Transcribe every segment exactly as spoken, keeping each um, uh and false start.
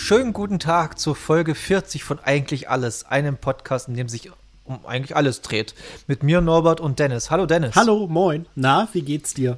Schönen guten Tag zur Folge vierzig von Eigentlich Alles, einem Podcast, in dem sich um eigentlich alles dreht. Mit mir, Norbert und Dennis. Hallo Dennis. Hallo, moin. Na, wie geht's dir?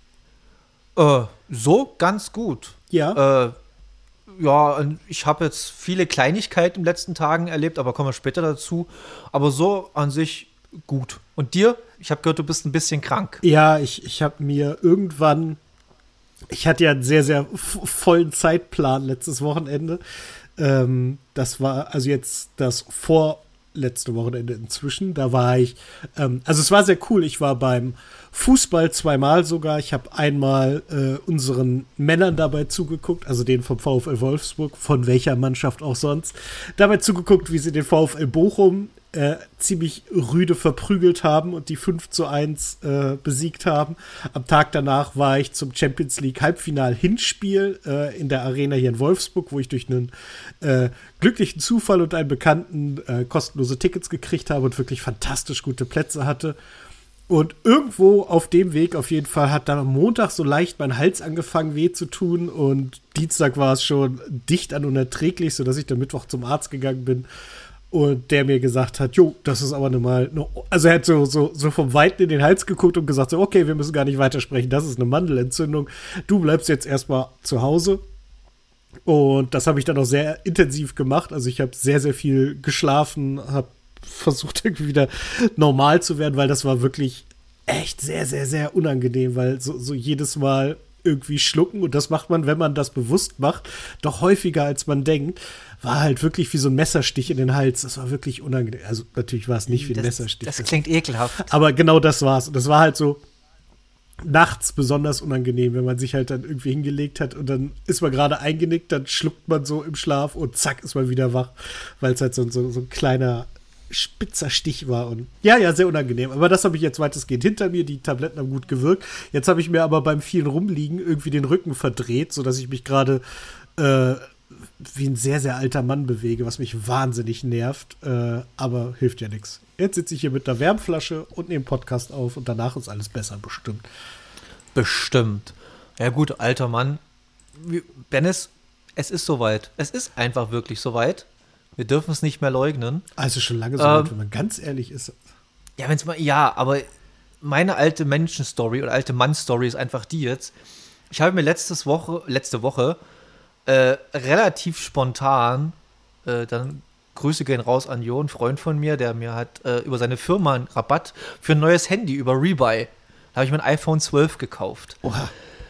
Äh, so ganz gut. Ja. Äh, ja, ich habe jetzt viele Kleinigkeiten in den letzten Tagen erlebt, aber kommen wir später dazu. Aber so an sich gut. Und dir? Ich habe gehört, du bist ein bisschen krank. Ja, ich, ich habe mir irgendwann, ich hatte ja einen sehr, sehr f- vollen Zeitplan letztes Wochenende. Ähm, das war also jetzt das vorletzte Wochenende inzwischen. Da war ich, ähm, also es war sehr cool. Ich war beim Fußball zweimal sogar. Ich habe einmal äh, unseren Männern dabei zugeguckt, also den vom VfL Wolfsburg, von welcher Mannschaft auch sonst, dabei zugeguckt, wie sie den VfL Bochum äh, ziemlich rüde verprügelt haben und die fünf zu eins äh, besiegt haben. Am Tag danach war ich zum Champions League Halbfinal-Hinspiel äh, in der Arena hier in Wolfsburg, wo ich durch einen äh, glücklichen Zufall und einen Bekannten äh, kostenlose Tickets gekriegt habe und wirklich fantastisch gute Plätze hatte. Und irgendwo auf dem Weg auf jeden Fall hat dann am Montag so leicht mein Hals angefangen weh zu tun und Dienstag war es schon dicht an unerträglich, sodass ich dann Mittwoch zum Arzt gegangen bin und der mir gesagt hat, jo, das ist aber eine mal, eine, also er hat so, so, so vom Weiten in den Hals geguckt und gesagt, so, okay, wir müssen gar nicht weitersprechen, das ist eine Mandelentzündung, du bleibst jetzt erstmal zu Hause. Und das habe ich dann auch sehr intensiv gemacht, also ich habe sehr, sehr viel geschlafen, habe versucht irgendwie wieder normal zu werden, weil das war wirklich echt sehr, sehr, sehr unangenehm, weil so, so jedes Mal irgendwie schlucken und das macht man, wenn man das bewusst macht, doch häufiger als man denkt, war halt wirklich wie so ein Messerstich in den Hals. Das war wirklich unangenehm. Also natürlich war es nicht wie ein das, Messerstich. Das klingt ekelhaft. Aber genau das war's. Und das war halt so nachts besonders unangenehm, wenn man sich halt dann irgendwie hingelegt hat und dann ist man gerade eingenickt, dann schluckt man so im Schlaf und zack ist man wieder wach, weil es halt so, so, so ein kleiner spitzer Stich war und ja, ja, sehr unangenehm. Aber das habe ich jetzt weitestgehend hinter mir. Die Tabletten haben gut gewirkt. Jetzt habe ich mir aber beim vielen Rumliegen irgendwie den Rücken verdreht, sodass ich mich gerade äh, wie ein sehr, sehr alter Mann bewege, was mich wahnsinnig nervt. Äh, aber hilft ja nichts. Jetzt sitze ich hier mit einer Wärmflasche und nehme Podcast auf und danach ist alles besser, bestimmt. Bestimmt. Ja gut, alter Mann. Dennis, es ist soweit. Es ist einfach wirklich soweit. Wir dürfen es nicht mehr leugnen. Also schon lange so ähm, weit, wenn man ganz ehrlich ist. Ja, wenn's mal, ja, aber meine alte Menschen-Story oder alte Mann-Story ist einfach die jetzt. Ich habe mir letztes Woche, letzte Woche äh, relativ spontan, äh, dann Grüße gehen raus an Jo, ein Freund von mir, der mir hat äh, über seine Firma einen Rabatt für ein neues Handy über Rebuy. Da habe ich mir ein iPhone zwölf gekauft. Oha.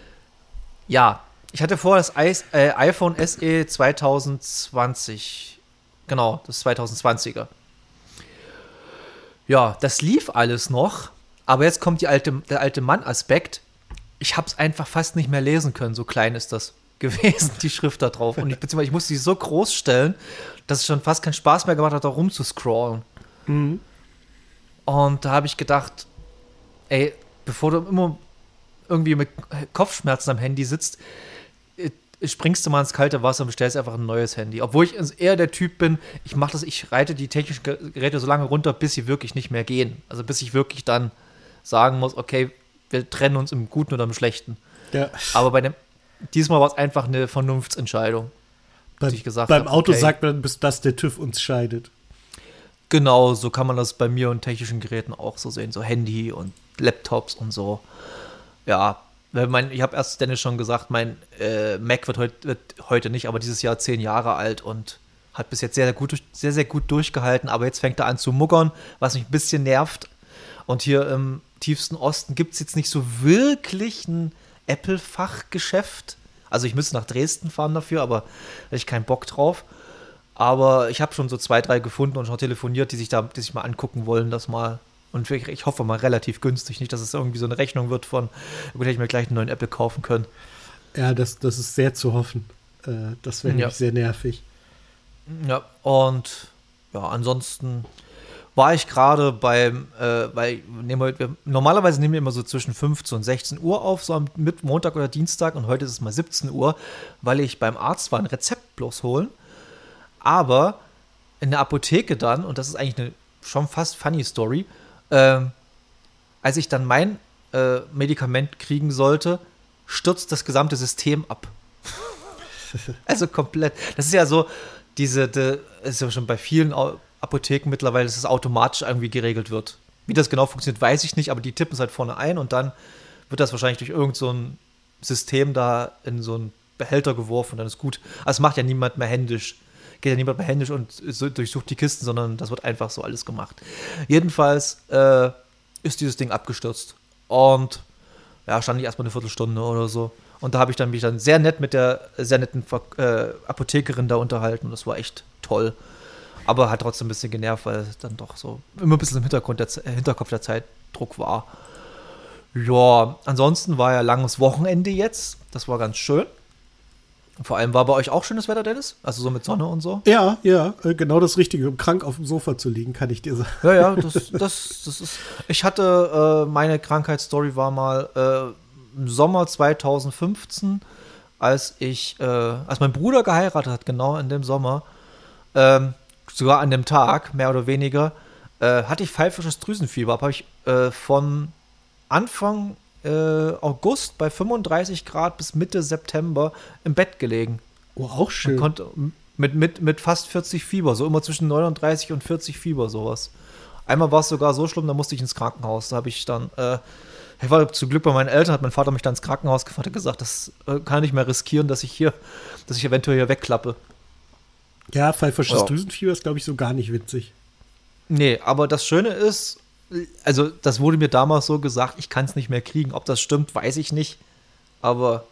Ja, ich hatte vorher das I- äh, iPhone S E zwanzig zwanzig. Genau, das zwanzig zwanziger. Ja, das lief alles noch, aber jetzt kommt die alte, der alte Mann-Aspekt. Ich habe es einfach fast nicht mehr lesen können, so klein ist das gewesen, die Schrift da drauf. Und ich, beziehungsweise ich musste sie so groß stellen, dass es schon fast keinen Spaß mehr gemacht hat, da rumzuscrollen. Mhm. Und da habe ich gedacht, ey, bevor du immer irgendwie mit Kopfschmerzen am Handy sitzt, springst du mal ins kalte Wasser und bestellst einfach ein neues Handy. Obwohl ich eher der Typ bin, ich mache das, ich reite die technischen Geräte so lange runter, bis sie wirklich nicht mehr gehen. Also bis ich wirklich dann sagen muss, okay, wir trennen uns im Guten oder im Schlechten. Ja. Aber bei dem, diesmal war es einfach eine Vernunftsentscheidung. Beim, dass ich gesagt beim hab, Auto okay, sagt man, bis dass der TÜV uns scheidet. Genau, so kann man das bei mir und technischen Geräten auch so sehen. So Handy und Laptops und so. Ja, Mein, ich habe erst Dennis schon gesagt, mein äh, Mac wird, heut, wird heute nicht, aber dieses Jahr zehn Jahre alt und hat bis jetzt sehr, sehr gut, sehr, sehr gut durchgehalten. Aber jetzt fängt er an zu muggern, was mich ein bisschen nervt. Und hier im tiefsten Osten gibt es jetzt nicht so wirklich ein Apple-Fachgeschäft. Also ich müsste nach Dresden fahren dafür, aber da habe ich keinen Bock drauf. Aber ich habe schon so zwei, drei gefunden und schon telefoniert, die sich da, die sich mal angucken wollen, das mal. Und ich hoffe mal relativ günstig, nicht, dass es irgendwie so eine Rechnung wird von, gut, hätte ich mir gleich einen neuen Apple kaufen können. Ja, das, das ist sehr zu hoffen. Äh, das wäre Ja. nämlich sehr nervig. Ja, und ja, ansonsten war ich gerade beim, äh, weil nehmen wir, wir, normalerweise nehmen wir immer so zwischen fünfzehn und sechzehn Uhr auf, so am Mit Montag oder Dienstag, und heute ist es mal siebzehn Uhr, weil ich beim Arzt war, ein Rezept bloß holen. Aber in der Apotheke dann, und das ist eigentlich eine schon fast funny Story, Ähm, als ich dann mein äh, Medikament kriegen sollte, stürzt das gesamte System ab. Also komplett. Das ist ja so, diese, das ist ja schon bei vielen Apotheken mittlerweile, dass es automatisch irgendwie geregelt wird. Wie das genau funktioniert, weiß ich nicht, aber die tippen es halt vorne ein und dann wird das wahrscheinlich durch irgend so ein System da in so einen Behälter geworfen und dann ist gut. Also es macht ja niemand mehr händisch. Geht ja niemand mehr händisch und so durchsucht die Kisten, sondern das wird einfach so alles gemacht. Jedenfalls äh, ist dieses Ding abgestürzt. Und ja, stand ich erstmal eine Viertelstunde oder so. Und da habe ich dann mich dann sehr nett mit der sehr netten äh, Apothekerin da unterhalten. Und das war echt toll. Aber hat trotzdem ein bisschen genervt, weil es dann doch so immer ein bisschen im Hintergrund der, äh, Hinterkopf der Zeitdruck war. Ja, ansonsten war ja langes Wochenende jetzt. Das war ganz schön. Vor allem war bei euch auch schönes Wetter, Dennis? Also so mit Sonne und so? Ja, ja, genau das Richtige, um krank auf dem Sofa zu liegen, kann ich dir sagen. Ja, ja, das, das, das ist. Ich hatte, äh, meine Krankheitsstory war mal äh, im Sommer zwanzig fünfzehn, als ich, äh, als mein Bruder geheiratet hat, genau in dem Sommer, ähm, sogar an dem Tag, mehr oder weniger, äh, hatte ich pfeifisches Drüsenfieber. Habe ich äh, von Anfang Äh, August bei fünfunddreißig Grad bis Mitte September im Bett gelegen. Oh, auch schön. Man konnte mit, mit, mit fast vierzig Fieber, so immer zwischen neununddreißig und vierzig Fieber, sowas. Einmal war es sogar so schlimm, da musste ich ins Krankenhaus. Da habe ich dann, äh, ich war zum Glück bei meinen Eltern, hat mein Vater mich dann ins Krankenhaus gefahren und gesagt, das äh, kann ich mehr riskieren, dass ich hier, dass ich eventuell hier wegklappe. Ja, pfeifisches ja. Drüsenfieber ist, glaube ich, so gar nicht witzig. Nee, aber das Schöne ist, also das wurde mir damals so gesagt, ich kann es nicht mehr kriegen. Ob das stimmt, weiß ich nicht. Aber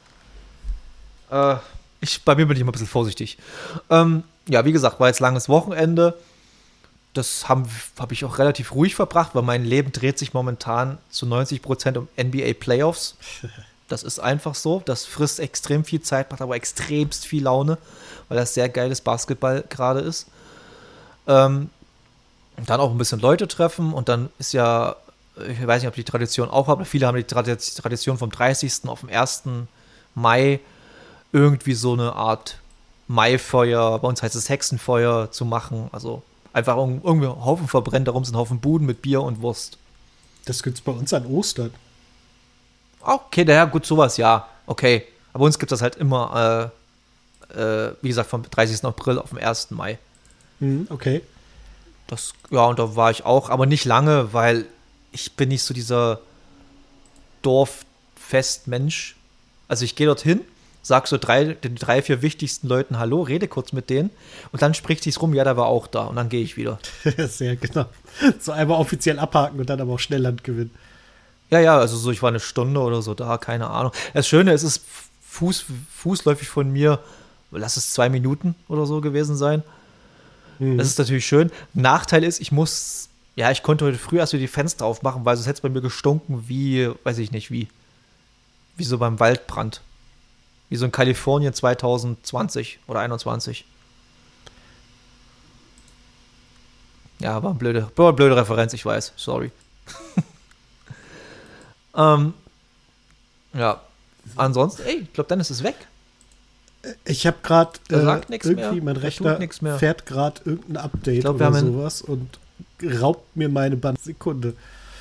äh, ich, bei mir bin ich immer ein bisschen vorsichtig. Ähm, ja, wie gesagt, war jetzt langes Wochenende. Das habe hab ich auch relativ ruhig verbracht, weil mein Leben dreht sich momentan zu neunzig Prozent um N B A Playoffs. Das ist einfach so. Das frisst extrem viel Zeit, macht aber extremst viel Laune, weil das sehr geiles Basketball gerade ist. Ähm, Dann auch ein bisschen Leute treffen und dann ist ja, ich weiß nicht, ob die Tradition auch hat, aber viele haben die Tradition vom dreißigsten auf dem ersten Mai irgendwie so eine Art Maifeuer, bei uns heißt es Hexenfeuer, zu machen. Also einfach irgendwie einen Haufen verbrennen, darum sind ein Haufen Buden mit Bier und Wurst. Das gibt's bei uns an Ostern. Okay, daher gut, sowas, ja, okay. Aber bei uns gibt es das halt immer, äh, äh, wie gesagt, vom dreißigsten April auf dem ersten Mai. Hm, okay. Das, ja, und da war ich auch, aber nicht lange, weil ich bin nicht so dieser Dorffestmensch. Also ich gehe dorthin, sag so drei, den drei, vier wichtigsten Leuten Hallo, rede kurz mit denen und dann spricht sich's rum, ja, der war auch da und dann gehe ich wieder. Sehr genau. So einmal offiziell abhaken und dann aber auch schnell Land gewinnen. Ja, ja, also so, ich war eine Stunde oder so da, keine Ahnung. Das Schöne ist, es ist Fuß, fußläufig von mir, lass es zwei Minuten oder so gewesen sein. Das ist natürlich schön. Nachteil ist, ich muss, ja, ich konnte heute früh erst wieder die Fenster aufmachen, weil sonst hätte es bei mir gestunken wie, weiß ich nicht, wie, wie so beim Waldbrand. Wie so in Kalifornien zwanzig zwanzig oder einundzwanzig. Ja, war eine blöde, war eine blöde Referenz, ich weiß, sorry. ähm, ja, ansonsten, ey, ich glaube, Dennis ist weg. Ich habe gerade äh, irgendwie, mehr. mein Rechner fährt gerade irgendein Update glaub, oder sowas und raubt mir meine Band. Sekunde.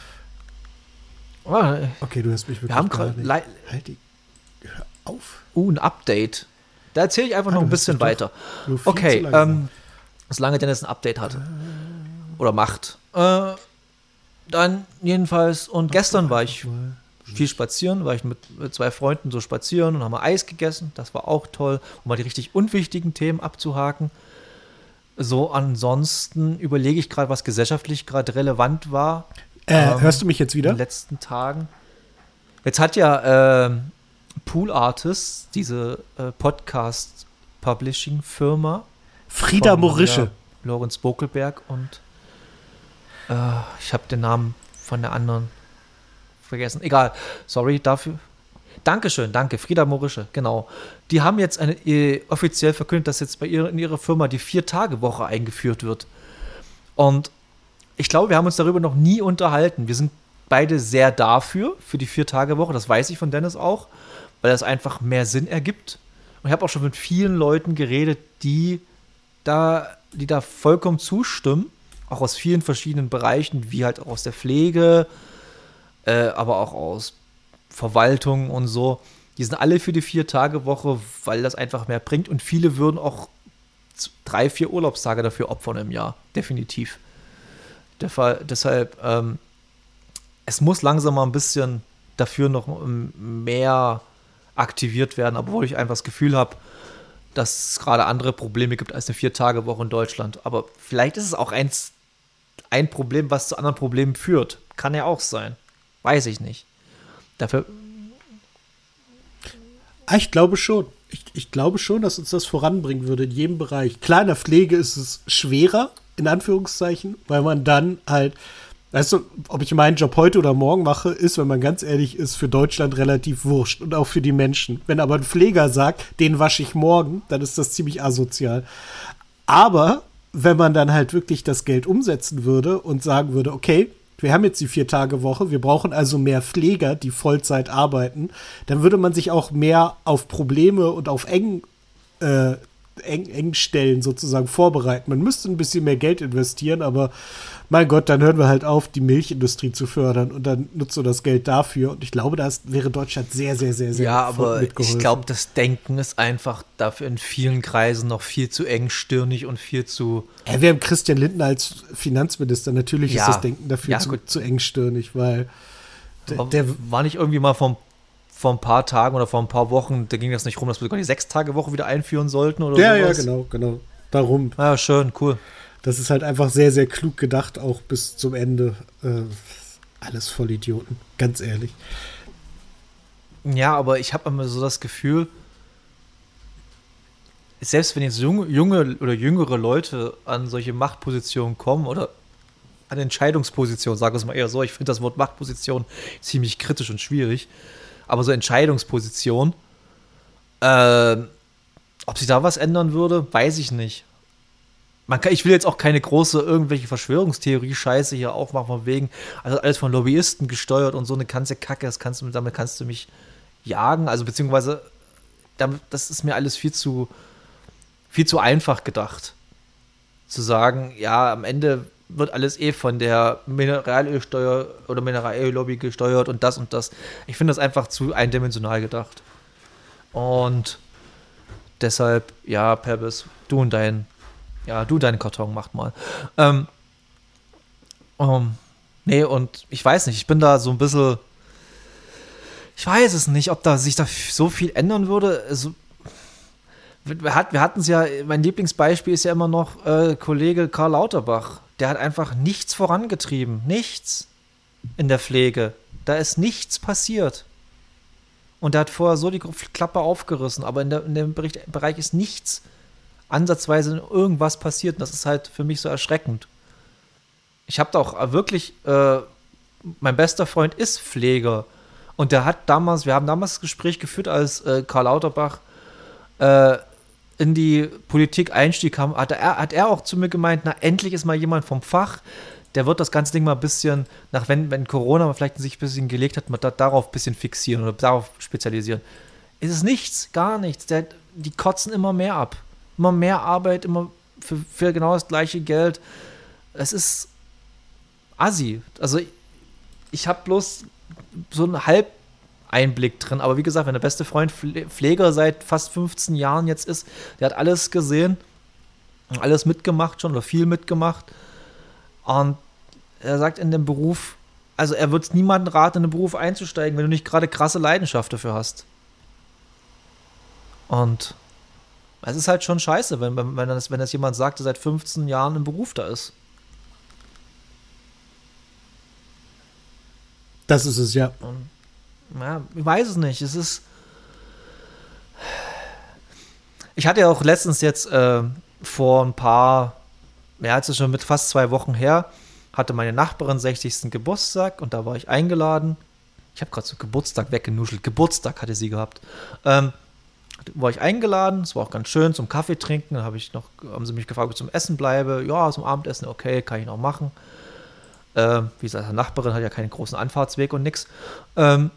Oh, okay, du hast mich wirklich wir haben gerade halt die, hör auf. Uh, ein Update. Da erzähle ich einfach ah, noch ein bisschen weiter. Okay, ähm, solange Dennis ein Update hat. Äh. Oder macht. Äh, dann jedenfalls, und Ach, gestern war ich mal. viel spazieren, war ich mit, mit zwei Freunden so spazieren und haben mal Eis gegessen. Das war auch toll, um mal die richtig unwichtigen Themen abzuhaken. So, ansonsten überlege ich gerade, was gesellschaftlich gerade relevant war. Äh, ähm, hörst du mich jetzt wieder? In den letzten Tagen. Jetzt hat ja äh, Pool Artists, diese äh, Podcast-Publishing-Firma. Frieda von, Morische. Ja, Lorenz Bokelberg und äh, ich habe den Namen von der anderen vergessen. Egal, sorry dafür. Dankeschön, danke, Frieda Morische, genau. Die haben jetzt eine, äh, offiziell verkündet, dass jetzt bei ihr in ihrer Firma die Vier-Tage-Woche eingeführt wird. Und ich glaube, wir haben uns darüber noch nie unterhalten. Wir sind beide sehr dafür, für die Vier-Tage-Woche, das weiß ich von Dennis auch, weil das einfach mehr Sinn ergibt. Und ich habe auch schon mit vielen Leuten geredet, die da, die da vollkommen zustimmen, auch aus vielen verschiedenen Bereichen, wie halt auch aus der Pflege, äh, aber auch aus Verwaltung und so. Die sind alle für die Vier-Tage-Woche, weil das einfach mehr bringt. Und viele würden auch drei, vier Urlaubstage dafür opfern im Jahr. Definitiv. Der Fall, deshalb, ähm, es muss langsam mal ein bisschen dafür noch mehr aktiviert werden, obwohl ich einfach das Gefühl habe, dass es gerade andere Probleme gibt als eine Vier-Tage-Woche in Deutschland. Aber vielleicht ist es auch eins, ein Problem, was zu anderen Problemen führt. Kann ja auch sein. Weiß ich nicht. Dafür. Ich glaube schon. Ich, ich glaube schon, dass uns das voranbringen würde in jedem Bereich. Klar, in der Pflege ist es schwerer, in Anführungszeichen, weil man dann halt, weißt du, ob ich meinen Job heute oder morgen mache, ist, wenn man ganz ehrlich ist, für Deutschland relativ wurscht und auch für die Menschen. Wenn aber ein Pfleger sagt, den wasche ich morgen, dann ist das ziemlich asozial. Aber wenn man dann halt wirklich das Geld umsetzen würde und sagen würde, okay, wir haben jetzt die Vier-Tage-Woche, wir brauchen also mehr Pfleger, die Vollzeit arbeiten, dann würde man sich auch mehr auf Probleme und auf Eng, äh, Eng, Engstellen sozusagen vorbereiten. Man müsste ein bisschen mehr Geld investieren, aber mein Gott, dann hören wir halt auf, die Milchindustrie zu fördern und dann nutzt du das Geld dafür. Und ich glaube, da wäre Deutschland sehr, sehr, sehr, sehr ja, aber ich glaube, das Denken ist einfach dafür in vielen Kreisen noch viel zu engstirnig und viel zu. Ja, wir haben Christian Lindner als Finanzminister. Natürlich ja, ist das Denken dafür ja, zu, zu engstirnig, weil der, der war nicht irgendwie mal vom vor ein paar Tagen oder vor ein paar Wochen, da ging das nicht rum, dass wir sogar die Sechs-Tage-Woche wieder einführen sollten oder ja, sowas. Ja, genau, genau. Darum. Ja, schön, cool. Das ist halt einfach sehr, sehr klug gedacht, auch bis zum Ende. Äh, alles Vollidioten, ganz ehrlich. Ja, aber ich habe immer so das Gefühl, selbst wenn jetzt junge, junge oder jüngere Leute an solche Machtpositionen kommen oder an Entscheidungspositionen, sagen wir es mal eher so, ich finde das Wort Machtposition ziemlich kritisch und schwierig, aber so Entscheidungsposition, äh, ob sich da was ändern würde, weiß ich nicht. Man kann, ich will jetzt auch keine große irgendwelche Verschwörungstheorie-Scheiße hier aufmachen, von wegen, also alles von Lobbyisten gesteuert und so eine ganze Kacke, das kannst du, damit kannst du mich jagen, also beziehungsweise, damit, das ist mir alles viel zu, viel zu einfach gedacht. Zu sagen, ja, am Ende wird alles eh von der Mineralölsteuer oder Mineralöllobby gesteuert und das und das. Ich finde das einfach zu eindimensional gedacht. Und deshalb, ja, Perbis, du und dein, ja, du und deinen Karton macht mal. Ähm, um, nee, und ich weiß nicht, ich bin da so ein bisschen, ich weiß es nicht, ob da sich da so viel ändern würde. Also, wir, hat, wir hatten es ja, mein Lieblingsbeispiel ist ja immer noch äh, Kollege Karl Lauterbach. Der hat einfach nichts vorangetrieben. Nichts in der Pflege. Da ist nichts passiert. Und der hat vorher so die Klappe aufgerissen, aber in, der, in dem Bericht, Bereich ist nichts ansatzweise irgendwas passiert. Und das ist halt für mich so erschreckend. Ich habe da auch wirklich, äh, mein bester Freund ist Pfleger. Und der hat damals, wir haben damals das Gespräch geführt, als äh, Karl Lauterbach äh, in die Politik einstieg, haben, hat, er, hat er auch zu mir gemeint, na, endlich ist mal jemand vom Fach, der wird das ganze Ding mal ein bisschen, nach wenn, wenn Corona vielleicht sich ein bisschen gelegt hat, mal da, darauf ein bisschen fixieren oder darauf spezialisieren. Es ist nichts, gar nichts. Der, die kotzen immer mehr ab. Immer mehr Arbeit, immer für, für genau das gleiche Geld. Es ist assi. Also ich, ich habe bloß so einen halb Einblick drin, aber wie gesagt, wenn der beste Freund Pfleger seit fast fünfzehn Jahren jetzt ist, der hat alles gesehen, alles mitgemacht schon oder viel mitgemacht und er sagt in dem Beruf, also er wird es niemandem raten, in den Beruf einzusteigen, wenn du nicht gerade krasse Leidenschaft dafür hast. Und es ist halt schon scheiße, wenn, wenn, wenn, das, wenn das jemand sagt, der seit fünfzehn Jahren im Beruf da ist. Das ist es, ja. Und ja, ich weiß es nicht. Es ist. Ich hatte ja auch letztens jetzt äh, vor ein paar, ja, jetzt ist schon mit fast zwei Wochen her, hatte meine Nachbarin sechzigsten Geburtstag und da war ich eingeladen. Ich habe gerade so Geburtstag weggenuschelt. Geburtstag hatte sie gehabt. Ähm, war ich eingeladen, es war auch ganz schön zum Kaffee trinken. Dann habe ich noch, haben sie mich gefragt, ob ich zum Essen bleibe. Ja, zum Abendessen, okay, kann ich noch machen. Ähm, wie gesagt, die Nachbarin hat ja keinen großen Anfahrtsweg und nix. Ähm,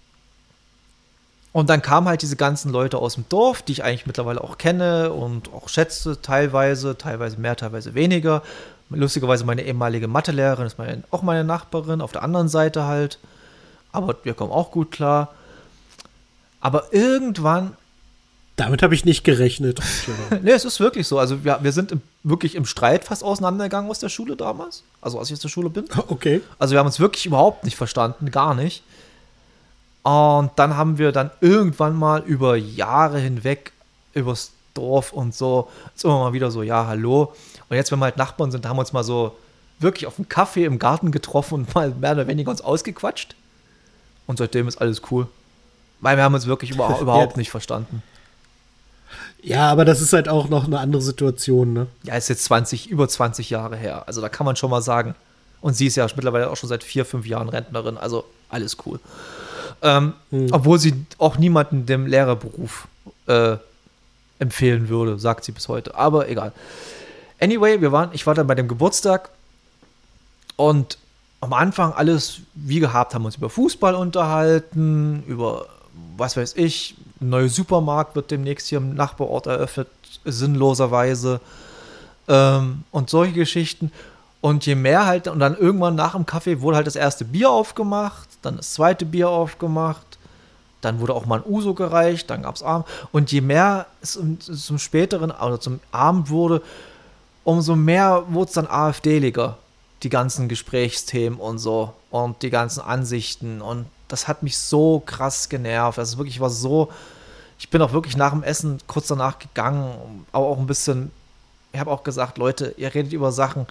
Und dann kamen halt diese ganzen Leute aus dem Dorf, die ich eigentlich mittlerweile auch kenne und auch schätze, teilweise, teilweise mehr, teilweise weniger. Lustigerweise meine ehemalige Mathelehrerin ist meine, auch meine Nachbarin, auf der anderen Seite halt. Aber wir kommen auch gut klar. Aber irgendwann. Damit habe ich nicht gerechnet. Nee, es ist wirklich so. Also wir, wir sind im, wirklich im Streit fast auseinandergegangen aus der Schule damals. Also als ich aus der Schule bin. Okay. Also wir haben uns wirklich überhaupt nicht verstanden, gar nicht. Und dann haben wir dann irgendwann mal über Jahre hinweg übers Dorf und so, ist immer mal wieder so, ja, hallo. Und jetzt, wenn wir halt Nachbarn sind, haben wir uns mal so wirklich auf einen Kaffee im Garten getroffen und mal mehr oder weniger uns ausgequatscht. Und seitdem ist alles cool. Weil wir haben uns wirklich über, überhaupt ja. nicht verstanden. Ja, aber das ist halt auch noch eine andere Situation, ne? Ja, ist jetzt zwanzig, über zwanzig Jahre her. Also da kann man schon mal sagen. Und sie ist ja mittlerweile auch schon seit vier, fünf Jahren Rentnerin. Also alles cool. Ähm, hm. Obwohl sie auch niemanden dem Lehrerberuf äh, empfehlen würde, sagt sie bis heute. Aber egal. Anyway, wir waren, ich war dann bei dem Geburtstag und am Anfang alles wie gehabt, haben uns über Fußball unterhalten, über was weiß ich, ein neuer Supermarkt wird demnächst hier im Nachbarort eröffnet, sinnloserweise ähm, und solche Geschichten. Und je mehr halt, und dann irgendwann nach dem Kaffee wurde halt das erste Bier aufgemacht, dann das zweite Bier aufgemacht, dann wurde auch mal ein Uso gereicht, dann gab es Abend. Und je mehr es zum späteren, oder zum Abend wurde, umso mehr wurde es dann AfDeliger, die ganzen Gesprächsthemen und so und die ganzen Ansichten. Und das hat mich so krass genervt. Also wirklich war so, ich bin auch wirklich nach dem Essen kurz danach gegangen, aber auch ein bisschen, ich habe auch gesagt, Leute, ihr redet über Sachen,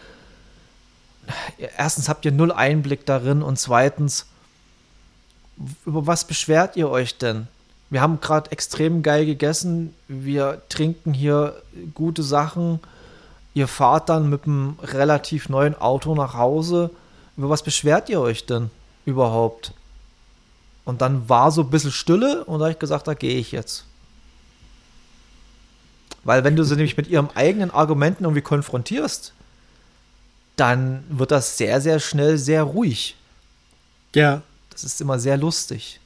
erstens habt ihr null Einblick darin und zweitens, über was beschwert ihr euch denn? Wir haben gerade extrem geil gegessen, wir trinken hier gute Sachen, ihr fahrt dann mit einem relativ neuen Auto nach Hause. Über was beschwert ihr euch denn überhaupt? Und dann war so ein bisschen Stille und da habe ich gesagt, da gehe ich jetzt. Weil wenn du sie nämlich mit ihren eigenen Argumenten irgendwie konfrontierst, dann wird das sehr, sehr schnell sehr ruhig. Ja. Das ist immer sehr lustig.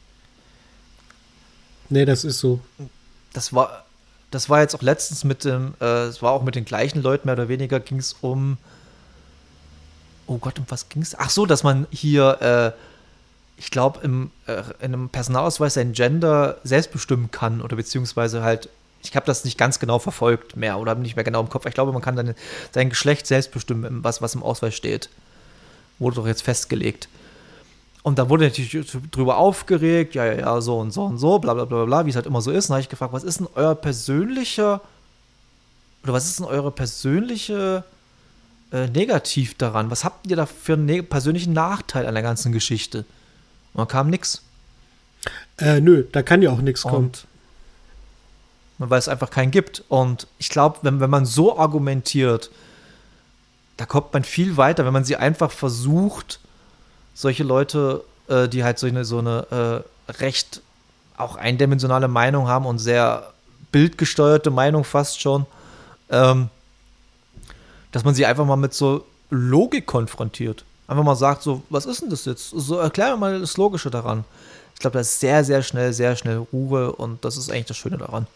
Nee, das ist so. Das war, das war jetzt auch letztens mit dem, äh, es war auch mit den gleichen Leuten, mehr oder weniger ging es um, oh Gott, um was ging es? Ach so, dass man hier, äh, ich glaube, im, äh, in einem Personalausweis sein Gender selbst bestimmen kann oder beziehungsweise halt, ich habe das nicht ganz genau verfolgt mehr oder habe nicht mehr genau im Kopf. Ich glaube, man kann dann sein Geschlecht selbst bestimmen, was, was im Ausweis steht. Wurde doch jetzt festgelegt. Und da wurde natürlich drüber aufgeregt, ja, ja, ja, so und so und so, bla, bla, bla, bla, wie es halt immer so ist. Und da habe ich gefragt, was ist denn euer persönlicher, oder was ist denn eure persönliche äh, Negativ daran? Was habt ihr da für einen ne- persönlichen Nachteil an der ganzen Geschichte? Und da kam nix. Äh, nö, da kann ja auch nichts kommen. Weil es einfach keinen gibt. Und ich glaube, wenn, wenn man so argumentiert, da kommt man viel weiter, wenn man sie einfach versucht, solche Leute, äh, die halt so eine, so eine äh, recht auch eindimensionale Meinung haben und sehr bildgesteuerte Meinung fast schon, ähm, dass man sie einfach mal mit so Logik konfrontiert. Einfach mal sagt so, was ist denn das jetzt? So, erklär mir mal das Logische daran. Ich glaube, da ist sehr, sehr schnell, sehr schnell Ruhe und das ist eigentlich das Schöne daran.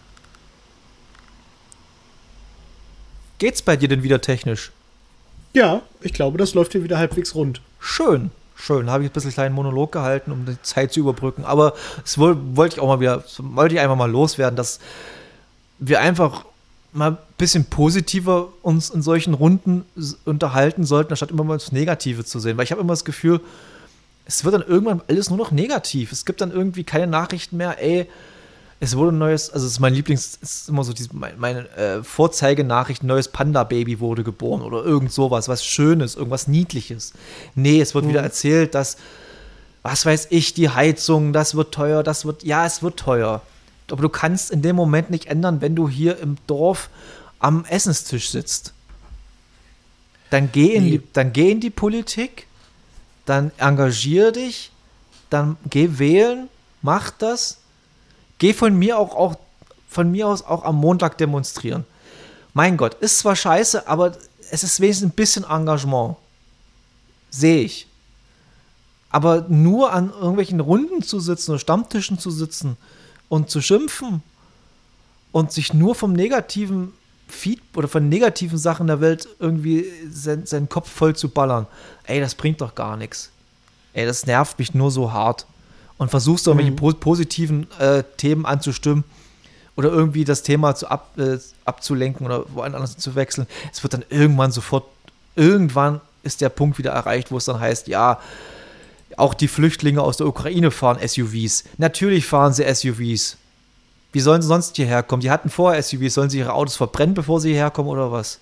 Geht's bei dir denn wieder technisch? Ja, ich glaube, das läuft hier wieder halbwegs rund. Schön, schön. Habe ich ein bisschen einen kleinen Monolog gehalten, um die Zeit zu überbrücken. Aber das wollte ich auch mal wieder, wollte ich einfach mal loswerden, dass wir einfach mal ein bisschen positiver uns in solchen Runden unterhalten sollten, anstatt immer mal das Negative zu sehen. Weil ich habe immer das Gefühl, es wird dann irgendwann alles nur noch negativ. Es gibt dann irgendwie keine Nachrichten mehr, ey, es wurde ein neues, also es ist mein Lieblings, es ist immer so diese, meine, meine äh, Vorzeigenachricht, ein neues Panda-Baby wurde geboren oder irgend sowas, was Schönes, irgendwas Niedliches. Nee, es wird mhm. wieder erzählt, dass, was weiß ich, die Heizung, das wird teuer, das wird, ja, es wird teuer. Aber du kannst in dem Moment nicht ändern, wenn du hier im Dorf am Essenstisch sitzt. Dann geh in, nee. die, dann geh in die Politik, dann engagier dich, dann geh wählen, mach das. Geh von mir auch, auch von mir aus auch am Montag demonstrieren. Mein Gott, ist zwar scheiße, aber es ist wenigstens ein bisschen Engagement. Sehe ich. Aber nur an irgendwelchen Runden zu sitzen oder Stammtischen zu sitzen und zu schimpfen und sich nur vom negativen Feed oder von negativen Sachen der Welt irgendwie sein, seinen Kopf voll zu ballern. Ey, das bringt doch gar nichts. Ey, das nervt mich nur so hart. und versuchst irgendwelche mhm. positiven äh, Themen anzustimmen oder irgendwie das Thema zu ab, äh, abzulenken oder woanders zu wechseln, es wird dann irgendwann sofort, irgendwann ist der Punkt wieder erreicht, wo es dann heißt, ja, auch die Flüchtlinge aus der Ukraine fahren S U Vs. Natürlich fahren sie S U Vs. Wie sollen sie sonst hierher kommen? Die hatten vorher S U Vs. Sollen sie ihre Autos verbrennen, bevor sie hierher kommen oder was?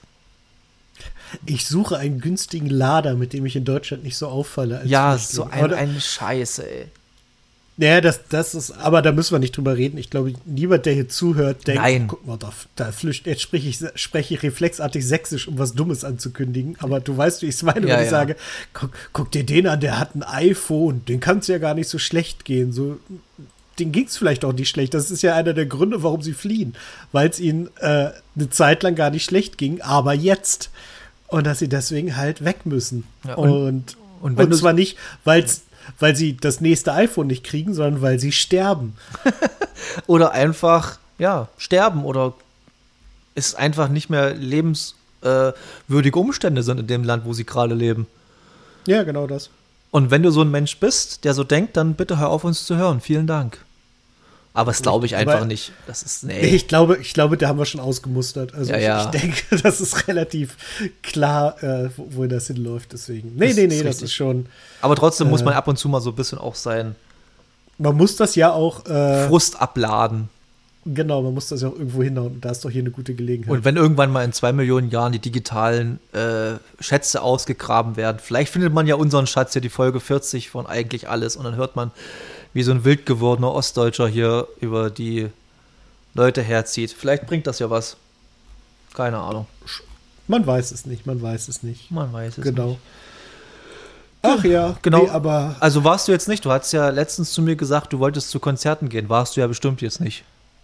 Ich suche einen günstigen Lader, mit dem ich in Deutschland nicht so auffalle. Als ja, so ein, eine Scheiße, ey. Naja, das, das ist, aber da müssen wir nicht drüber reden. Ich glaube, niemand, der hier zuhört, denkt, Nein. guck mal, da, da flüchtet, jetzt spreche ich, spreche ich reflexartig sächsisch, um was Dummes anzukündigen. Aber du weißt, wie ich es meine, ja, wenn ich ja. sage, guck, guck dir den an, der hat ein iPhone, den kann es ja gar nicht so schlecht gehen. So, denen ging es vielleicht auch nicht schlecht. Das ist ja einer der Gründe, warum sie fliehen. Weil es ihnen äh, eine Zeit lang gar nicht schlecht ging, aber jetzt. Und dass sie deswegen halt weg müssen. Ja, und, und, und, und zwar nicht, weil's, weil sie das nächste iPhone nicht kriegen, sondern weil sie sterben. Oder einfach, ja, sterben oder es einfach nicht mehr lebenswürdige Umstände sind in dem Land, wo sie gerade leben. Ja, genau das. Und wenn du so ein Mensch bist, der so denkt, dann bitte hör auf, uns zu hören. Vielen Dank. Aber das glaube ich einfach Aber nicht. Das ist, nee. Ich glaube, ich glaube, da haben wir schon ausgemustert. Also ja, ich, ja. ich denke, das ist relativ klar, äh, wo, wo das hinläuft. Deswegen. Nee, das nee, nee, ist das richtig. Ist schon. Aber trotzdem äh, muss man ab und zu mal so ein bisschen auch sein. Man muss das ja auch äh, Frust abladen. Genau, man muss das ja auch irgendwo hinhauen. Da ist doch hier eine gute Gelegenheit. Und wenn irgendwann mal in zwei Millionen Jahren die digitalen äh, Schätze ausgegraben werden, vielleicht findet man ja unseren Schatz, ja die Folge vierzig von Eigentlich Alles, und dann hört man, wie so ein wild gewordener Ostdeutscher hier über die Leute herzieht. Vielleicht bringt das ja was. Keine Ahnung. Man weiß es nicht, man weiß es nicht. Man weiß es genau. nicht. Ach ja, genau. Nee, aber also warst du jetzt nicht, du hast ja letztens zu mir gesagt, du wolltest zu Konzerten gehen. Warst du ja bestimmt jetzt nicht.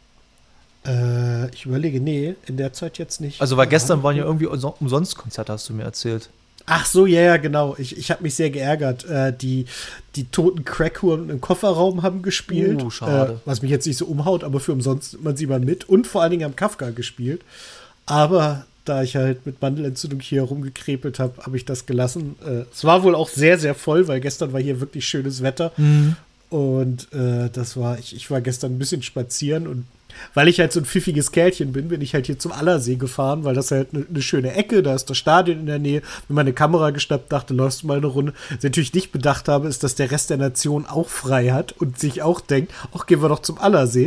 Äh, ich überlege, nee, in der Zeit jetzt nicht. Also weil gestern waren ja irgendwie umsonst Konzerte, hast du mir erzählt. Ach so, ja, ja, genau. Ich, ich habe mich sehr geärgert. Äh, die, die toten Crackhuren im Kofferraum haben gespielt. Uh, schade. Äh, was mich jetzt nicht so umhaut, aber für umsonst nimmt man sie mal mit. Und vor allen Dingen am Kafka gespielt. Aber da ich halt mit Mandelentzündung hier rumgekrepelt habe, habe ich das gelassen. Äh, es war wohl auch sehr, sehr voll, weil gestern war hier wirklich schönes Wetter. Mhm. Und äh, das war, ich, ich war gestern ein bisschen spazieren und weil ich halt so ein pfiffiges Kerlchen bin, bin ich halt hier zum Allersee gefahren, weil das halt eine ne schöne Ecke, da ist das Stadion in der Nähe. Wenn meine Kamera geschnappt, dachte, läufst du mal eine Runde. Was ich natürlich nicht bedacht habe, ist, dass der Rest der Nation auch frei hat und sich auch denkt, ach, gehen wir doch zum Allersee.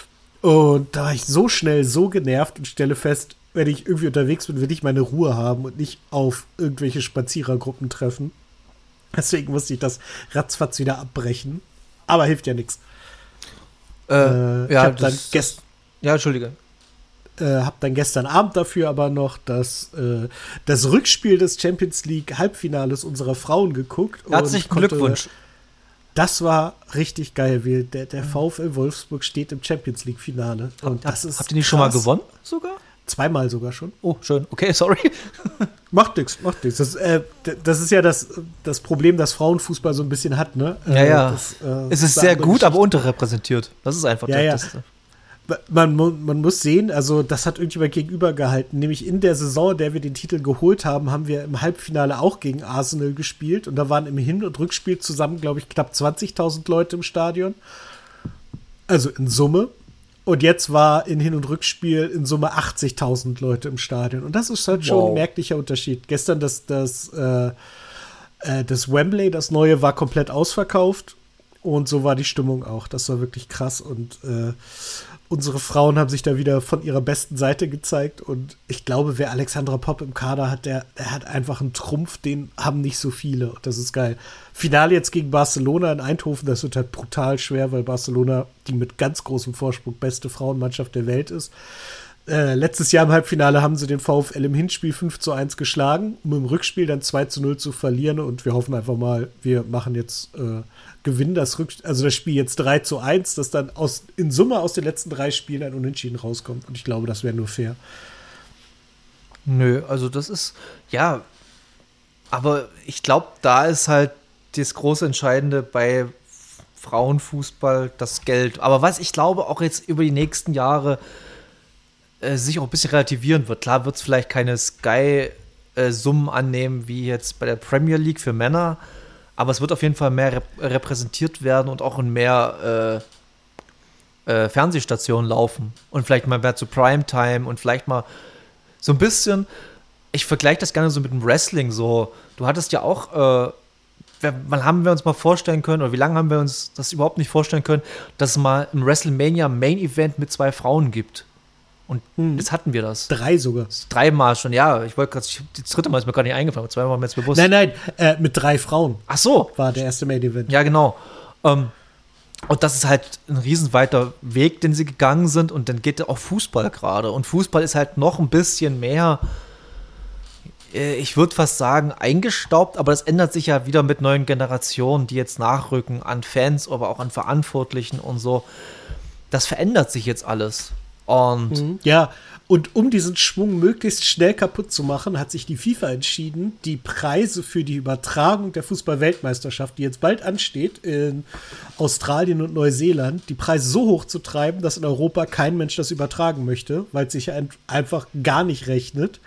Und da war ich so schnell so genervt und stelle fest, wenn ich irgendwie unterwegs bin, will ich meine Ruhe haben und nicht auf irgendwelche Spazierergruppen treffen. Deswegen musste ich das ratzfatz wieder abbrechen. Aber hilft ja nichts. Äh, äh, ja, ich hab dann das, gest- ja, Entschuldige. Äh, hab dann gestern Abend dafür aber noch das, äh, das Rückspiel des Champions League Halbfinales unserer Frauen geguckt. Herzlichen Glückwunsch. Das war richtig geil. Wir, der, der VfL Wolfsburg steht im Champions League Finale. Und Hab, das ist habt ihr nicht krass. schon mal gewonnen sogar? Zweimal sogar schon. Oh, schön. Okay, sorry. Macht nix, macht nix. Das, äh, das ist ja das, das Problem, das Frauenfußball so ein bisschen hat, ne? Ja, ja. Das, äh, es ist sehr gut, Geschichte. Aber unterrepräsentiert. Das ist einfach ja, das. Ja. Man, man muss sehen, also das hat irgendjemand gegenüber gehalten, nämlich in der Saison, in der wir den Titel geholt haben, haben wir im Halbfinale auch gegen Arsenal gespielt und da waren im Hin- und Rückspiel zusammen, glaube ich, knapp zwanzigtausend Leute im Stadion. Also in Summe. Und jetzt war in Hin- und Rückspiel in Summe achtzigtausend Leute im Stadion. Und das ist halt schon wow. ein merklicher Unterschied. Gestern das, das, äh, äh, das Wembley, das neue, war komplett ausverkauft. Und so war die Stimmung auch. Das war wirklich krass. Und äh, unsere Frauen haben sich da wieder von ihrer besten Seite gezeigt. Und ich glaube, wer Alexandra Popp im Kader hat, der, der hat einfach einen Trumpf, den haben nicht so viele. Und das ist geil. Finale jetzt gegen Barcelona in Eindhoven, das wird halt brutal schwer, weil Barcelona die mit ganz großem Vorsprung beste Frauenmannschaft der Welt ist. Äh, letztes Jahr im Halbfinale haben sie den VfL im Hinspiel fünf zu eins geschlagen, um im Rückspiel dann zwei zu null zu verlieren. Und wir hoffen einfach mal, wir machen jetzt äh, gewinnen das Rück- also das Spiel jetzt drei zu eins, dass dann aus, in Summe aus den letzten drei Spielen ein Unentschieden rauskommt. Und ich glaube, das wäre nur fair. Nö, also das ist, ja, aber ich glaube, da ist halt das große Entscheidende bei Frauenfußball das Geld. Aber was ich glaube, auch jetzt über die nächsten Jahre äh, sich auch ein bisschen relativieren wird. Klar wird es vielleicht keine Sky-Summen äh, annehmen, wie jetzt bei der Premier League für Männer, aber es wird auf jeden Fall mehr rep- repräsentiert werden und auch in mehr äh, äh, Fernsehstationen laufen. Und vielleicht mal mehr zu Primetime und vielleicht mal so ein bisschen, ich vergleiche das gerne so mit dem Wrestling so. Du hattest ja auch, äh, wann haben wir uns mal vorstellen können, oder wie lange haben wir uns das überhaupt nicht vorstellen können, dass es mal ein WrestleMania Main Event mit zwei Frauen gibt. Und hm. jetzt hatten wir das. Drei sogar. Dreimal schon, ja. Ich wollte gerade, das dritte Mal ist mir gar nicht eingefallen, aber zweimal war mir jetzt bewusst. Nein, nein, äh, mit drei Frauen. Ach so. War der erste Main Event. Ja, genau. Ähm, und das ist halt ein riesenweiter Weg, den sie gegangen sind. Und dann geht auch Fußball gerade. Und Fußball ist halt noch ein bisschen mehr, äh, ich würde fast sagen, eingestaubt. Aber das ändert sich ja wieder mit neuen Generationen, die jetzt nachrücken an Fans, aber auch an Verantwortlichen und so. Das verändert sich jetzt alles. Und mhm. ja, und um diesen Schwung möglichst schnell kaputt zu machen, hat sich die FIFA entschieden, die Preise für die Übertragung der Fußball-Weltmeisterschaft, die jetzt bald ansteht, in Australien und Neuseeland, die Preise so hoch zu treiben, dass in Europa kein Mensch das übertragen möchte, weil es sich ein- einfach gar nicht rechnet.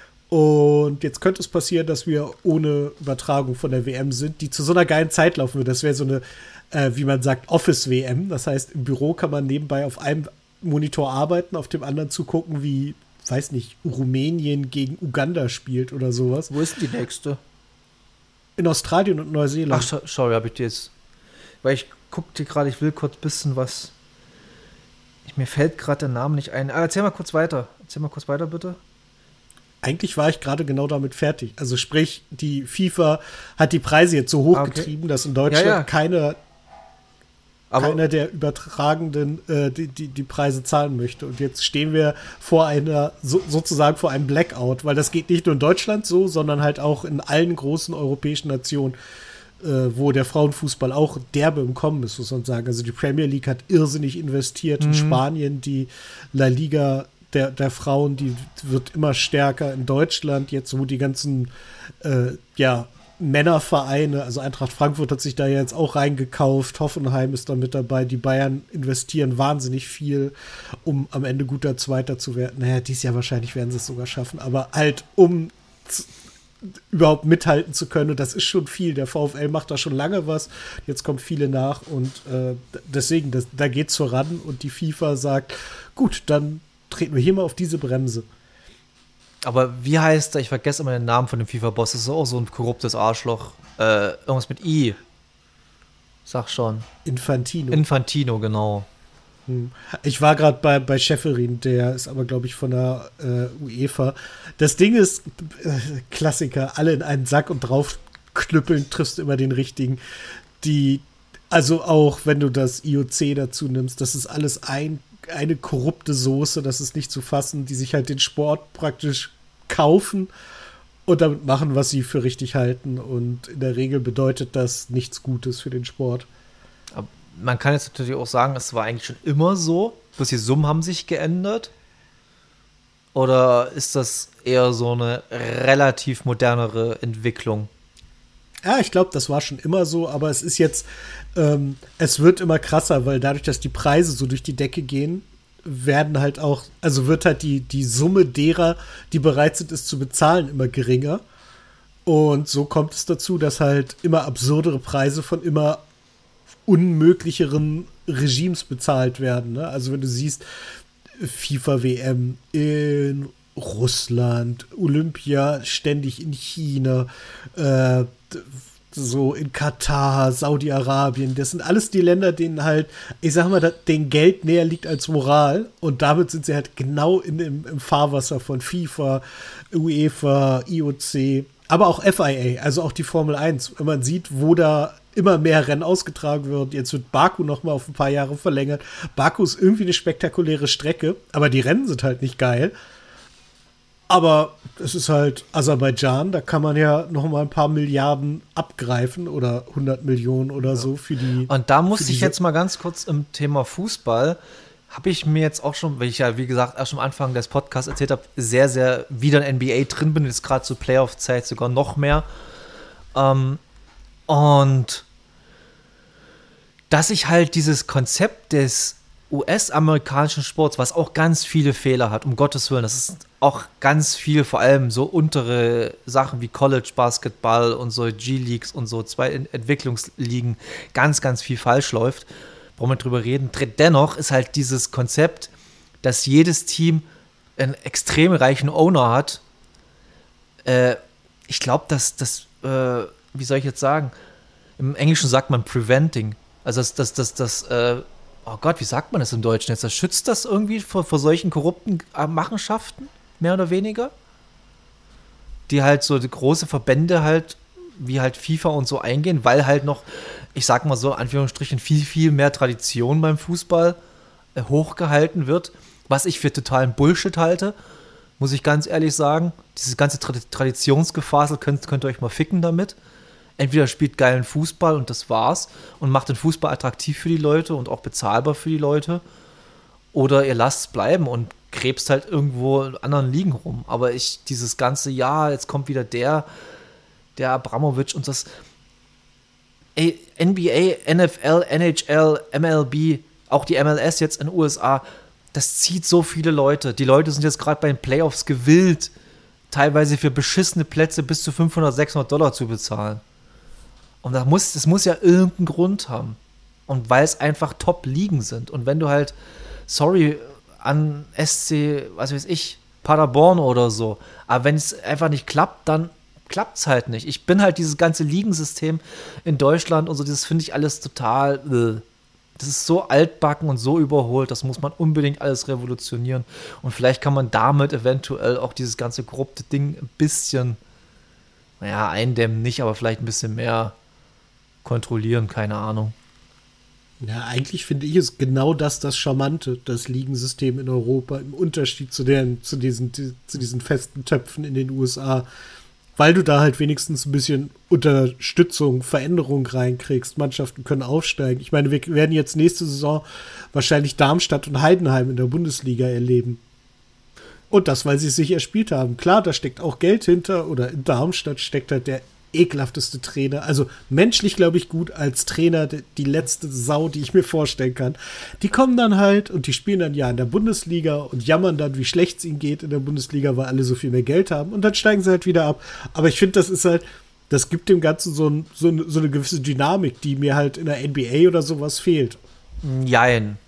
Und jetzt könnte es passieren, dass wir ohne Übertragung von der W M sind, die zu so einer geilen Zeit laufen wird. Das wäre so eine, äh, wie man sagt, Office-W M. Das heißt, im Büro kann man nebenbei auf einem Monitor arbeiten, auf dem anderen zugucken, wie, weiß nicht, Rumänien gegen Uganda spielt oder sowas. Wo ist die nächste? In Australien und Neuseeland. Ach, sorry, hab ich dir jetzt. Weil ich guckte gerade, ich will kurz ein bisschen was. Ich, mir fällt gerade der Name nicht ein. Ah, erzähl mal kurz weiter. Erzähl mal kurz weiter, bitte. Eigentlich war ich gerade genau damit fertig. Also sprich, die FIFA hat die Preise jetzt so hoch Ah, okay. getrieben, dass in Deutschland Ja, ja. keine Aber keiner der Übertragenden äh, die, die, die Preise zahlen möchte. Und jetzt stehen wir vor einer, so, sozusagen vor einem Blackout, weil das geht nicht nur in Deutschland so, sondern halt auch in allen großen europäischen Nationen, äh, wo der Frauenfußball auch derbe im Kommen ist, muss man sagen. Also die Premier League hat irrsinnig investiert in Spanien, die La Liga der, der Frauen, die wird immer stärker in Deutschland, jetzt wo die ganzen, äh, ja, Männervereine, also Eintracht Frankfurt hat sich da jetzt auch reingekauft, Hoffenheim ist da mit dabei, die Bayern investieren wahnsinnig viel, um am Ende guter Zweiter zu werden. Naja, dieses Jahr wahrscheinlich werden sie es sogar schaffen, aber halt, um z- überhaupt mithalten zu können, und das ist schon viel. Der VfL macht da schon lange was, jetzt kommen viele nach und äh, deswegen, das, da geht's voran und die FIFA sagt, gut, dann treten wir hier mal auf diese Bremse. Aber wie heißt er? Ich vergesse immer den Namen von dem FIFA-Boss. Das ist auch so ein korruptes Arschloch. Äh, irgendwas mit I. Sag schon. Infantino. Infantino, genau. Hm. Ich war gerade bei, bei Schäferin, der ist aber, glaube ich, von der äh, UEFA. Das Ding ist, äh, Klassiker, alle in einen Sack und drauf knüppeln, triffst immer den richtigen. Die, also auch, wenn du das I O C dazu nimmst, das ist alles ein eine korrupte Soße, das ist nicht zu fassen, die sich halt den Sport praktisch kaufen und damit machen, was sie für richtig halten. Und in der Regel bedeutet das nichts Gutes für den Sport. Aber man kann jetzt natürlich auch sagen, es war eigentlich schon immer so, bloß die Summen haben sich geändert. Oder ist das eher so eine relativ modernere Entwicklung? Ja, ich glaube, das war schon immer so, aber es ist jetzt, ähm, es wird immer krasser, weil dadurch, dass die Preise so durch die Decke gehen, werden halt auch, also wird halt die, die Summe derer, die bereit sind, es zu bezahlen, immer geringer. Und so kommt es dazu, dass halt immer absurdere Preise von immer unmöglicheren Regimes bezahlt werden. Ne? Also wenn du siehst, FIFA-W M in Russland, Olympia ständig in China, äh, so in Katar, Saudi-Arabien, das sind alles die Länder, denen halt, ich sag mal, denen Geld näher liegt als Moral und damit sind sie halt genau in, im, im Fahrwasser von FIFA, UEFA, I O C, aber auch F I A, also auch die Formel eins. Wenn man sieht, wo da immer mehr Rennen ausgetragen wird, jetzt wird Baku noch mal auf ein paar Jahre verlängert. Baku ist irgendwie eine spektakuläre Strecke, aber die Rennen sind halt nicht geil. Aber es ist halt Aserbaidschan, da kann man ja noch mal ein paar Milliarden abgreifen oder hundert Millionen oder ja. so für die. Und da muss ich jetzt mal ganz kurz im Thema Fußball, habe ich mir jetzt auch schon, weil ich ja, wie gesagt, erst am Anfang des Podcasts erzählt habe, sehr, sehr wieder in N B A drin bin, jetzt gerade zur Playoff-Zeit sogar noch mehr. Ähm, und dass ich halt dieses Konzept des U S-amerikanischen Sports, was auch ganz viele Fehler hat, um Gottes Willen, das ist auch ganz viel, vor allem so untere Sachen wie College Basketball und so G-Leagues und so zwei Entwicklungsligen ganz, ganz viel falsch läuft. Brauchen wir drüber reden. Dennoch ist halt dieses Konzept, dass jedes Team einen extrem reichen Owner hat. Äh, ich glaube, dass das, äh, wie soll ich jetzt sagen, im Englischen sagt man preventing. Also das, das, das, das, äh, oh Gott, wie sagt man das im Deutschen jetzt? Das schützt das irgendwie vor, vor solchen korrupten Machenschaften, mehr oder weniger? Die halt so die große Verbände halt, wie halt FIFA und so eingehen, weil halt noch, ich sag mal so, Anführungsstrichen, viel, viel mehr Tradition beim Fußball äh, hochgehalten wird, was ich für totalen Bullshit halte, muss ich ganz ehrlich sagen. Dieses ganze Tra- Traditionsgefasel, könnt, könnt ihr euch mal ficken damit. Entweder spielt geilen Fußball und das war's und macht den Fußball attraktiv für die Leute und auch bezahlbar für die Leute, oder ihr lasst es bleiben und krebst halt irgendwo in anderen Ligen rum. Aber ich, dieses ganze Jahr, jetzt kommt wieder der, der Abramovich und das ey, N B A, N F L, N H L, M L B, auch die M L S jetzt in den U S A, das zieht so viele Leute. Die Leute sind jetzt gerade bei den Playoffs gewillt, teilweise für beschissene Plätze bis zu fünfhundert, sechshundert Dollar zu bezahlen. Und das muss, das muss ja irgendeinen Grund haben. Und weil es einfach Top-Ligen sind. Und wenn du halt, sorry, an S C, was weiß ich, Paderborn oder so, aber wenn es einfach nicht klappt, dann klappt es halt nicht. Ich bin halt dieses ganze Ligensystem in Deutschland und so, das finde ich alles total, äh, das ist so altbacken und so überholt, das muss man unbedingt alles revolutionieren. Und vielleicht kann man damit eventuell auch dieses ganze korrupte Ding ein bisschen, naja, eindämmen nicht, aber vielleicht ein bisschen mehr kontrollieren, keine Ahnung. Ja, eigentlich finde ich es genau das das Charmante, das Ligensystem in Europa, im Unterschied zu, den, zu, diesen, zu diesen festen Töpfen in den U S A, weil du da halt wenigstens ein bisschen Unterstützung, Veränderung reinkriegst. Mannschaften können aufsteigen. Ich meine, wir werden jetzt nächste Saison wahrscheinlich Darmstadt und Heidenheim in der Bundesliga erleben. Und das, weil sie es sich erspielt haben. Klar, da steckt auch Geld hinter, oder in Darmstadt steckt halt der ekelhafteste Trainer, also menschlich glaube ich gut, als Trainer die letzte Sau, die ich mir vorstellen kann. Die kommen dann halt und die spielen dann ja in der Bundesliga und jammern dann, wie schlecht es ihnen geht in der Bundesliga, weil alle so viel mehr Geld haben, und dann steigen sie halt wieder ab. Aber ich finde, das ist halt, das gibt dem Ganzen so, ein, so, eine, so eine gewisse Dynamik, die mir halt in der N B A oder sowas fehlt. Jein.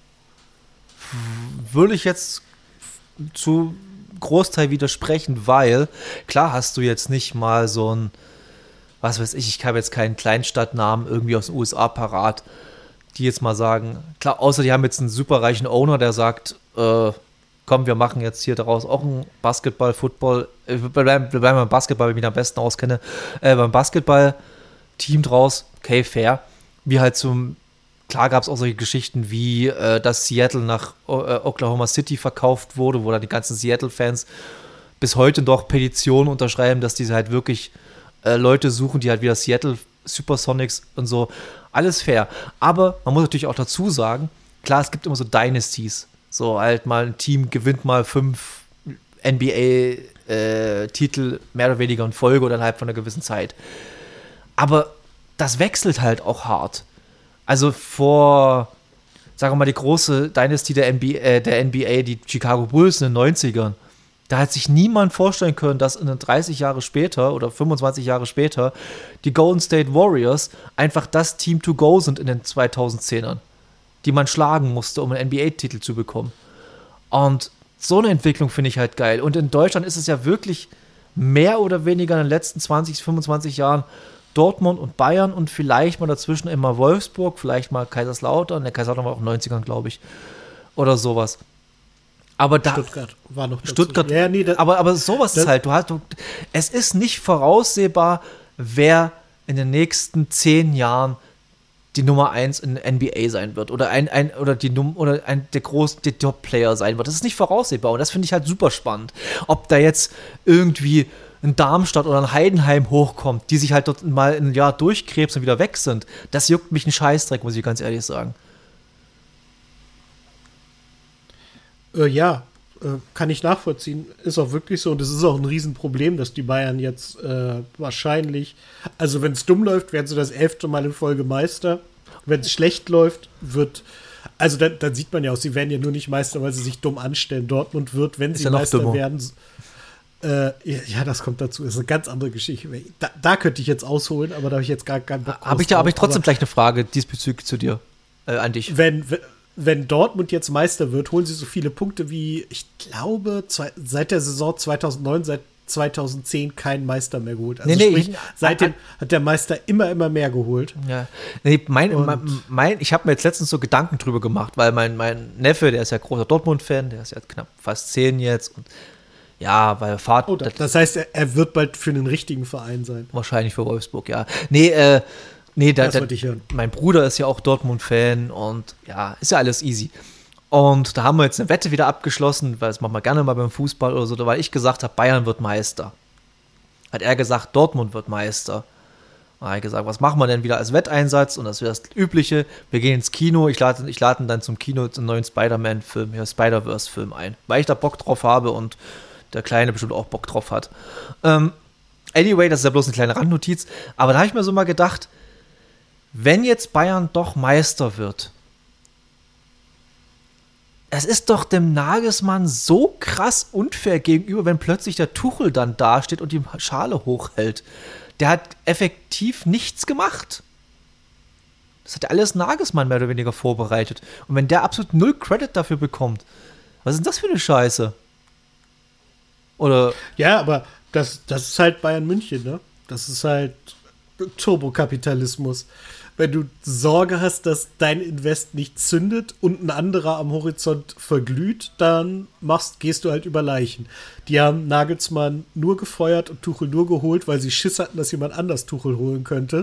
Würde ich jetzt zu Großteil widersprechen, weil klar hast du jetzt nicht mal so ein, was weiß ich, ich habe jetzt keinen Kleinstadtnamen irgendwie aus den U S A parat, die jetzt mal sagen, klar, außer die haben jetzt einen superreichen Owner, der sagt, äh, komm, wir machen jetzt hier daraus auch ein Basketball, Football, äh, wir bleiben, wir bleiben beim Basketball, weil ich mich am besten auskenne, äh, beim Basketball-Team draus, okay, fair, wie halt zum, klar gab es auch solche Geschichten wie, äh, dass Seattle nach äh, Oklahoma City verkauft wurde, wo dann die ganzen Seattle-Fans bis heute noch Petitionen unterschreiben, dass diese halt wirklich Äh, Leute suchen, die halt wieder Seattle Supersonics und so. Alles fair. Aber man muss natürlich auch dazu sagen, klar, es gibt immer so Dynasties. So halt mal ein Team gewinnt mal fünf N B A-Titel äh, mehr oder weniger in Folge oder innerhalb von einer gewissen Zeit. Aber das wechselt halt auch hart. Also vor, sagen wir mal, die große Dynasty der N B A, äh, der N B A, die Chicago Bulls in den neunzigern, da hat sich niemand vorstellen können, dass in den dreißig Jahre später oder fünfundzwanzig Jahre später die Golden State Warriors einfach das Team to go sind in den zweitausendzehnern, die man schlagen musste, um einen N B A-Titel zu bekommen. Und so eine Entwicklung finde ich halt geil. Und in Deutschland ist es ja wirklich mehr oder weniger in den letzten zwanzig, fünfundzwanzig Jahren Dortmund und Bayern und vielleicht mal dazwischen immer Wolfsburg, vielleicht mal Kaiserslautern. Der Kaiserslautern war auch in den neunzigern, glaube ich. Oder sowas. Aber da, Stuttgart war noch dazu. Stuttgart, ja, nee, das, aber, aber sowas ist halt, du hast, du, es ist nicht voraussehbar, wer in den nächsten zehn Jahren die Nummer eins in N B A sein wird oder ein, ein oder die Num oder ein der groß der Top-Player sein wird. Das ist nicht voraussehbar und das finde ich halt super spannend. Ob da jetzt irgendwie ein Darmstadt oder ein Heidenheim hochkommt, die sich halt dort mal ein Jahr durchkrebsen und wieder weg sind, das juckt mich einen Scheißdreck, muss ich ganz ehrlich sagen. Äh, ja, äh, kann ich nachvollziehen. Ist auch wirklich so. Und es ist auch ein Riesenproblem, dass die Bayern jetzt äh, wahrscheinlich, also wenn es dumm läuft, werden sie das elfte Mal in Folge Meister. Wenn es schlecht läuft, wird Also dann, dann sieht man ja auch, sie werden ja nur nicht Meister, weil sie sich dumm anstellen. Dortmund wird, wenn sie ja Meister dümmer. werden, äh, ja, das kommt dazu. Das ist eine ganz andere Geschichte. Da, da könnte ich jetzt ausholen, aber da habe ich jetzt gar keinen Bock drauf. Habe ich, da, hab ich trotzdem gleich eine Frage diesbezüglich zu dir, äh, an dich. Wenn, wenn Dortmund jetzt Meister wird, holen sie so viele Punkte wie, ich glaube, zwei, seit der Saison zweitausendneun, seit zweitausendzehn keinen Meister mehr geholt. Also nee, nee, sprich, ich, seitdem hat der Meister immer, immer mehr geholt. Ja. Nee, mein, mein, mein, ich habe mir jetzt letztens so Gedanken drüber gemacht, weil mein, mein Neffe, der ist ja großer Dortmund-Fan, der ist ja knapp fast zehn jetzt und ja, weil Fahrt. Oh, das, das heißt, er, er wird bald für einen richtigen Verein sein. Wahrscheinlich für Wolfsburg, ja. Nee, äh, nee, da, das da, wollte ich hören. Mein Bruder ist ja auch Dortmund-Fan und ja, ist ja alles easy. Und da haben wir jetzt eine Wette wieder abgeschlossen, weil das machen wir gerne mal beim Fußball oder so, weil ich gesagt habe, Bayern wird Meister. Hat er gesagt, Dortmund wird Meister. Da habe ich gesagt, was machen wir denn wieder als Wetteinsatz? Und das wäre das Übliche. Wir gehen ins Kino. Ich lade, ich lade ihn dann zum Kino zum neuen Spider-Man-Film, hier Spider-Verse-Film ein. Weil ich da Bock drauf habe und der Kleine bestimmt auch Bock drauf hat. Ähm, anyway, das ist ja bloß eine kleine Randnotiz. Aber da habe ich mir so mal gedacht, wenn jetzt Bayern doch Meister wird, es ist doch dem Nagelsmann so krass unfair gegenüber, wenn plötzlich der Tuchel dann dasteht und die Schale hochhält. Der hat effektiv nichts gemacht. Das hat alles Nagelsmann mehr oder weniger vorbereitet. Und wenn der absolut null Credit dafür bekommt, was ist denn das für eine Scheiße? Oder? Ja, aber das, das ist halt Bayern München, ne? Das ist halt Turbokapitalismus. Wenn du Sorge hast, dass dein Invest nicht zündet und ein anderer am Horizont verglüht, dann machst, gehst du halt über Leichen. Die haben Nagelsmann nur gefeuert und Tuchel nur geholt, weil sie Schiss hatten, dass jemand anders Tuchel holen könnte.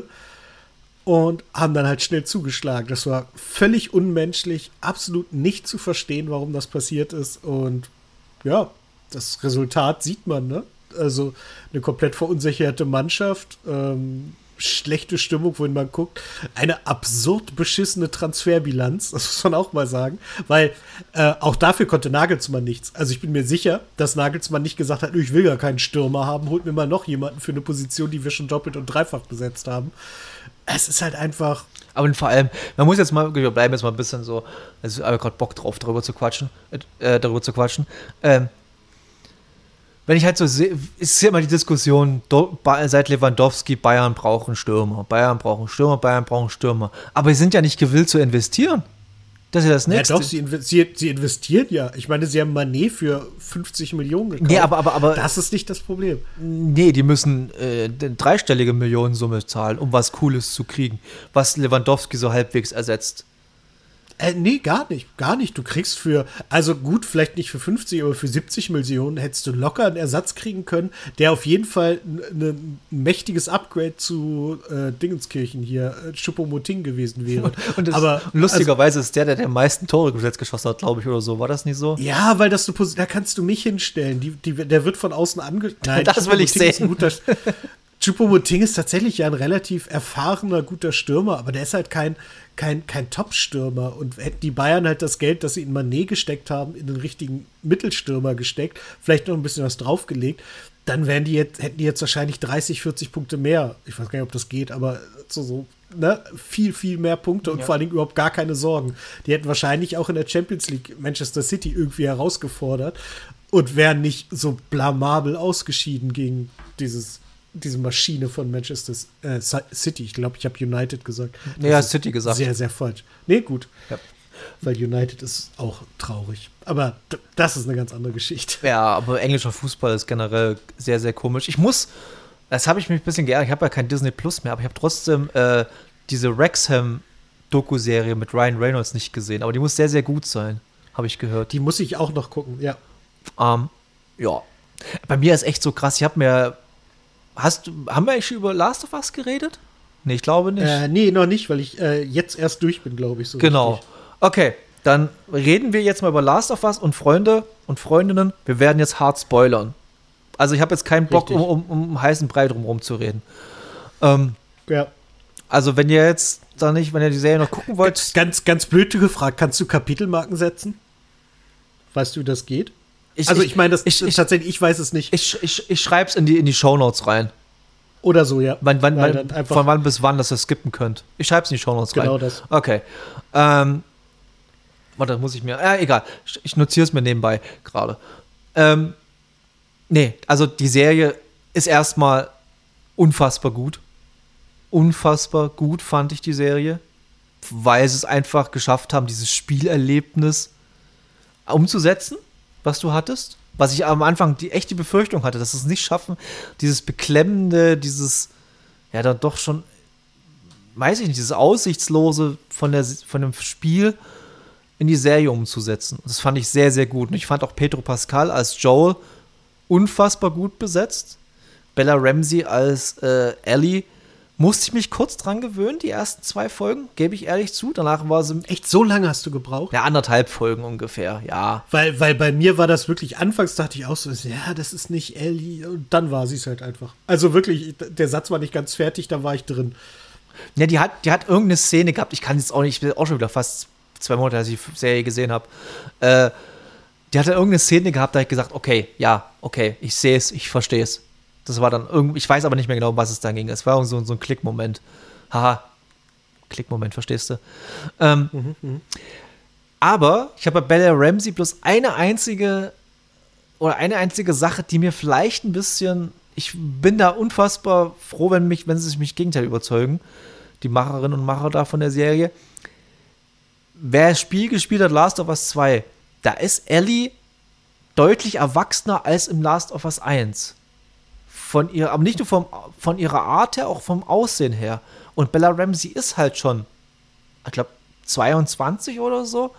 Und haben dann halt schnell zugeschlagen. Das war völlig unmenschlich, absolut nicht zu verstehen, warum das passiert ist. Und ja, das Resultat sieht man, ne? Also eine komplett verunsicherte Mannschaft, ähm, schlechte Stimmung, wohin man guckt. Eine absurd beschissene Transferbilanz, das muss man auch mal sagen, weil äh, auch dafür konnte Nagelsmann nichts. Also ich bin mir sicher, dass Nagelsmann nicht gesagt hat, ich will gar keinen Stürmer haben, holt mir mal noch jemanden für eine Position, die wir schon doppelt und dreifach besetzt haben. Es ist halt einfach... Aber vor allem, man muss jetzt mal, wir bleiben jetzt mal ein bisschen so, also ich habe gerade Bock drauf, darüber zu quatschen, äh, darüber zu quatschen, ähm, wenn ich halt so sehe, ist ja immer die Diskussion, seit Lewandowski, Bayern brauchen Stürmer, Bayern brauchen Stürmer, Bayern brauchen Stürmer. Aber sie sind ja nicht gewillt zu investieren. Das ist ja das Nächste. Ja doch, sie, investi- sie investieren ja. Ich meine, sie haben Mané für fünfzig Millionen gekauft. Nee, aber, aber, aber das ist nicht das Problem. Nee, die müssen äh, eine dreistellige Millionensumme zahlen, um was Cooles zu kriegen, was Lewandowski so halbwegs ersetzt. Äh, nee, gar nicht, gar nicht. Du kriegst für, also gut, vielleicht nicht für fünfzig, aber für siebzig Millionen hättest du locker einen Ersatz kriegen können, der auf jeden Fall ein, ein mächtiges Upgrade zu äh, Dingenskirchen hier, äh, Choupo-Moting gewesen wäre. Und, und, das, aber und lustigerweise also, ist der, der der meisten Tore gesetzt geschossen hat, glaube ich, oder so. War das nicht so? Ja, weil das du, da kannst du mich hinstellen. Die, die, der wird von außen ange... Nein, das will ich sehen. Choupo-Moting ist tatsächlich ja ein relativ erfahrener, guter Stürmer, aber der ist halt kein, kein, kein Top-Stürmer. Und hätten die Bayern halt das Geld, das sie in Mané gesteckt haben, in den richtigen Mittelstürmer gesteckt, vielleicht noch ein bisschen was draufgelegt, dann wären die jetzt, hätten die jetzt wahrscheinlich dreißig, vierzig Punkte mehr. Ich weiß gar nicht, ob das geht, aber so, so ne? viel, viel mehr Punkte und ja. vor allen Dingen überhaupt gar keine Sorgen. Die hätten wahrscheinlich auch in der Champions League Manchester City irgendwie herausgefordert und wären nicht so blamabel ausgeschieden gegen dieses diese Maschine von Manchester äh, City. Ich glaube, ich habe United gesagt. Das ja, City gesagt. Sehr, sehr falsch. Nee, gut. Ja. Weil United ist auch traurig. Aber d- das ist eine ganz andere Geschichte. Ja, aber englischer Fußball ist generell sehr, sehr komisch. Ich muss, das habe ich mich ein bisschen geärgert, ich habe ja kein Disney Plus mehr, aber ich habe trotzdem äh, diese Wrexham-Doku-Serie mit Ryan Reynolds nicht gesehen. Aber die muss sehr, sehr gut sein, habe ich gehört. Die muss ich auch noch gucken, ja. Ähm, ja. Bei mir ist echt so krass, ich habe mir Hast, haben wir eigentlich schon über Last of Us geredet? Nee, ich glaube nicht. Äh, nee, noch nicht, weil ich äh, jetzt erst durch bin, glaube ich. So genau. Richtig. Okay, dann reden wir jetzt mal über Last of Us und Freunde und Freundinnen, wir werden jetzt hart spoilern. Also ich habe jetzt keinen Bock, um, um, um einen heißen Brei drumherum zu reden. Ähm, ja. Also wenn ihr jetzt da nicht, wenn ihr die Serie noch gucken wollt. Ganz, ganz blöd gefragt, kannst du Kapitelmarken setzen? Weißt du, wie das geht? Ich, also ich, ich meine, das ich, ich, tatsächlich, ich weiß es nicht. Ich, ich, ich schreibe es in die, in die Shownotes rein. Oder so, ja. Wann, wann, wann, von wann bis wann, dass ihr skippen könnt. Ich schreibe es in die Shownotes rein. Genau das. Okay. Ähm, warte, muss ich mir, ja, egal, ich notiere es mir nebenbei gerade. Ähm, nee, also die Serie ist erstmal unfassbar gut. Unfassbar gut fand ich die Serie, weil sie es einfach geschafft haben, dieses Spielerlebnis umzusetzen, was du hattest. Was ich am Anfang die echte Befürchtung hatte, dass sie es nicht schaffen, dieses Beklemmende, dieses, ja, dann doch schon, weiß ich nicht, dieses Aussichtslose von, der, von dem Spiel in die Serie umzusetzen. Das fand ich sehr, sehr gut. Und ich fand auch Pedro Pascal als Joel unfassbar gut besetzt. Bella Ramsey als äh, Ellie musste ich mich kurz dran gewöhnen, die ersten zwei Folgen, gebe ich ehrlich zu. Danach war sie. Echt, so lange hast du gebraucht? Ja, anderthalb Folgen ungefähr, ja. Weil, weil bei mir war das wirklich, anfangs dachte ich auch so, ja, das ist nicht Ellie. Und dann war sie es halt einfach. Also wirklich, der Satz war nicht ganz fertig, da war ich drin. Ja, die hat, die hat irgendeine Szene gehabt, ich kann jetzt auch nicht, ich bin auch schon wieder fast zwei Monate, als ich die Serie gesehen habe. Äh, die hatte irgendeine Szene gehabt, da habe ich gesagt, okay, ja, okay, ich sehe es, ich verstehe es. Das war dann irgendwie, ich weiß aber nicht mehr genau, um was es dann ging. Es war so, so ein Klickmoment. Haha, Klickmoment, verstehst du? Ähm, mhm, mh. Aber ich habe bei Bella Ramsey bloß eine einzige oder eine einzige Sache, die mir vielleicht ein bisschen, ich bin da unfassbar froh, wenn mich, wenn sie sich mich Gegenteil überzeugen, die Macherinnen und Macher da von der Serie. Wer das Spiel gespielt hat, Last of Us zwei, da ist Ellie deutlich erwachsener als im Last of Us eins. Von ihr, aber nicht nur vom, von ihrer Art her, auch vom Aussehen her. Und Bella Ramsey ist halt schon, ich glaube, zweiundzwanzig oder so.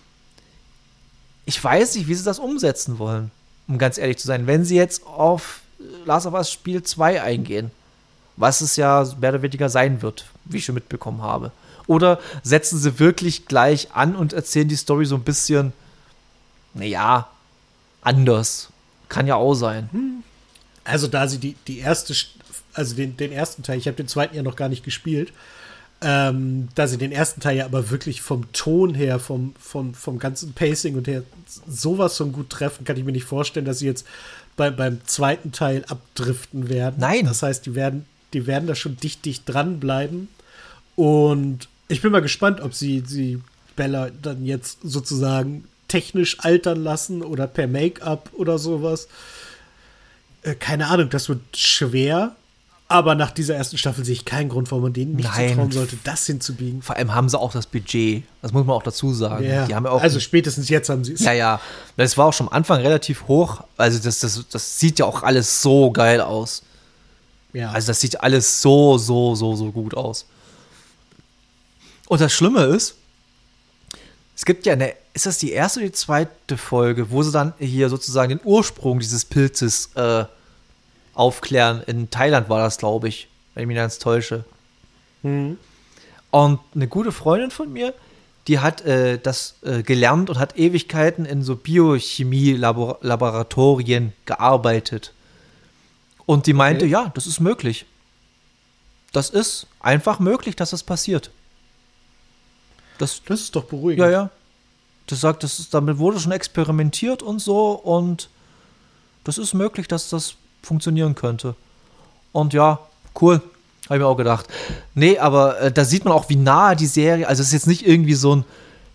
Ich weiß nicht, wie sie das umsetzen wollen, um ganz ehrlich zu sein. Wenn sie jetzt auf Last of Us Spiel zwei eingehen, was es ja mehr oder weniger sein wird, wie ich schon mitbekommen habe. Oder setzen sie wirklich gleich an und erzählen die Story so ein bisschen, naja, anders. Kann ja auch sein. Hm. Also da sie die, die erste, also den, den ersten Teil, ich habe den zweiten ja noch gar nicht gespielt, ähm, da sie den ersten Teil ja aber wirklich vom Ton her, vom, vom, vom ganzen Pacing und her sowas von gut treffen, kann ich mir nicht vorstellen, dass sie jetzt bei, beim zweiten Teil abdriften werden. Nein. Das heißt, die werden, die werden da schon dicht, dicht dranbleiben. Und ich bin mal gespannt, ob sie, sie Bella dann jetzt sozusagen technisch altern lassen oder per Make-up oder sowas. Keine Ahnung, das wird schwer, aber nach dieser ersten Staffel sehe ich keinen Grund, warum man denen nicht zutrauen sollte, das hinzubiegen. Vor allem haben sie auch das Budget, das muss man auch dazu sagen. Ja, die haben ja auch also spätestens jetzt haben sie es. Ja, ja, das war auch schon am Anfang relativ hoch, also das, das, das sieht ja auch alles so geil aus. Ja. Also das sieht alles so, so, so, so gut aus. Und das Schlimme ist, es gibt ja eine, ist das die erste oder die zweite Folge, wo sie dann hier sozusagen den Ursprung dieses Pilzes äh, aufklären. In Thailand war das, glaube ich, wenn ich mich ganz täusche. Mhm. Und eine gute Freundin von mir, die hat äh, das äh, gelernt und hat Ewigkeiten in so Biochemie-Laboratorien gearbeitet. Und die meinte, okay. Ja, das ist möglich. Das ist einfach möglich, dass das passiert. Das, das ist doch beruhigend. Ja, ja. Das sagt, das ist, damit wurde schon experimentiert und so und das ist möglich, dass das funktionieren könnte. Und ja, cool. Habe ich mir auch gedacht. Nee, aber äh, da sieht man auch, wie nahe die Serie, also es ist jetzt nicht irgendwie so ein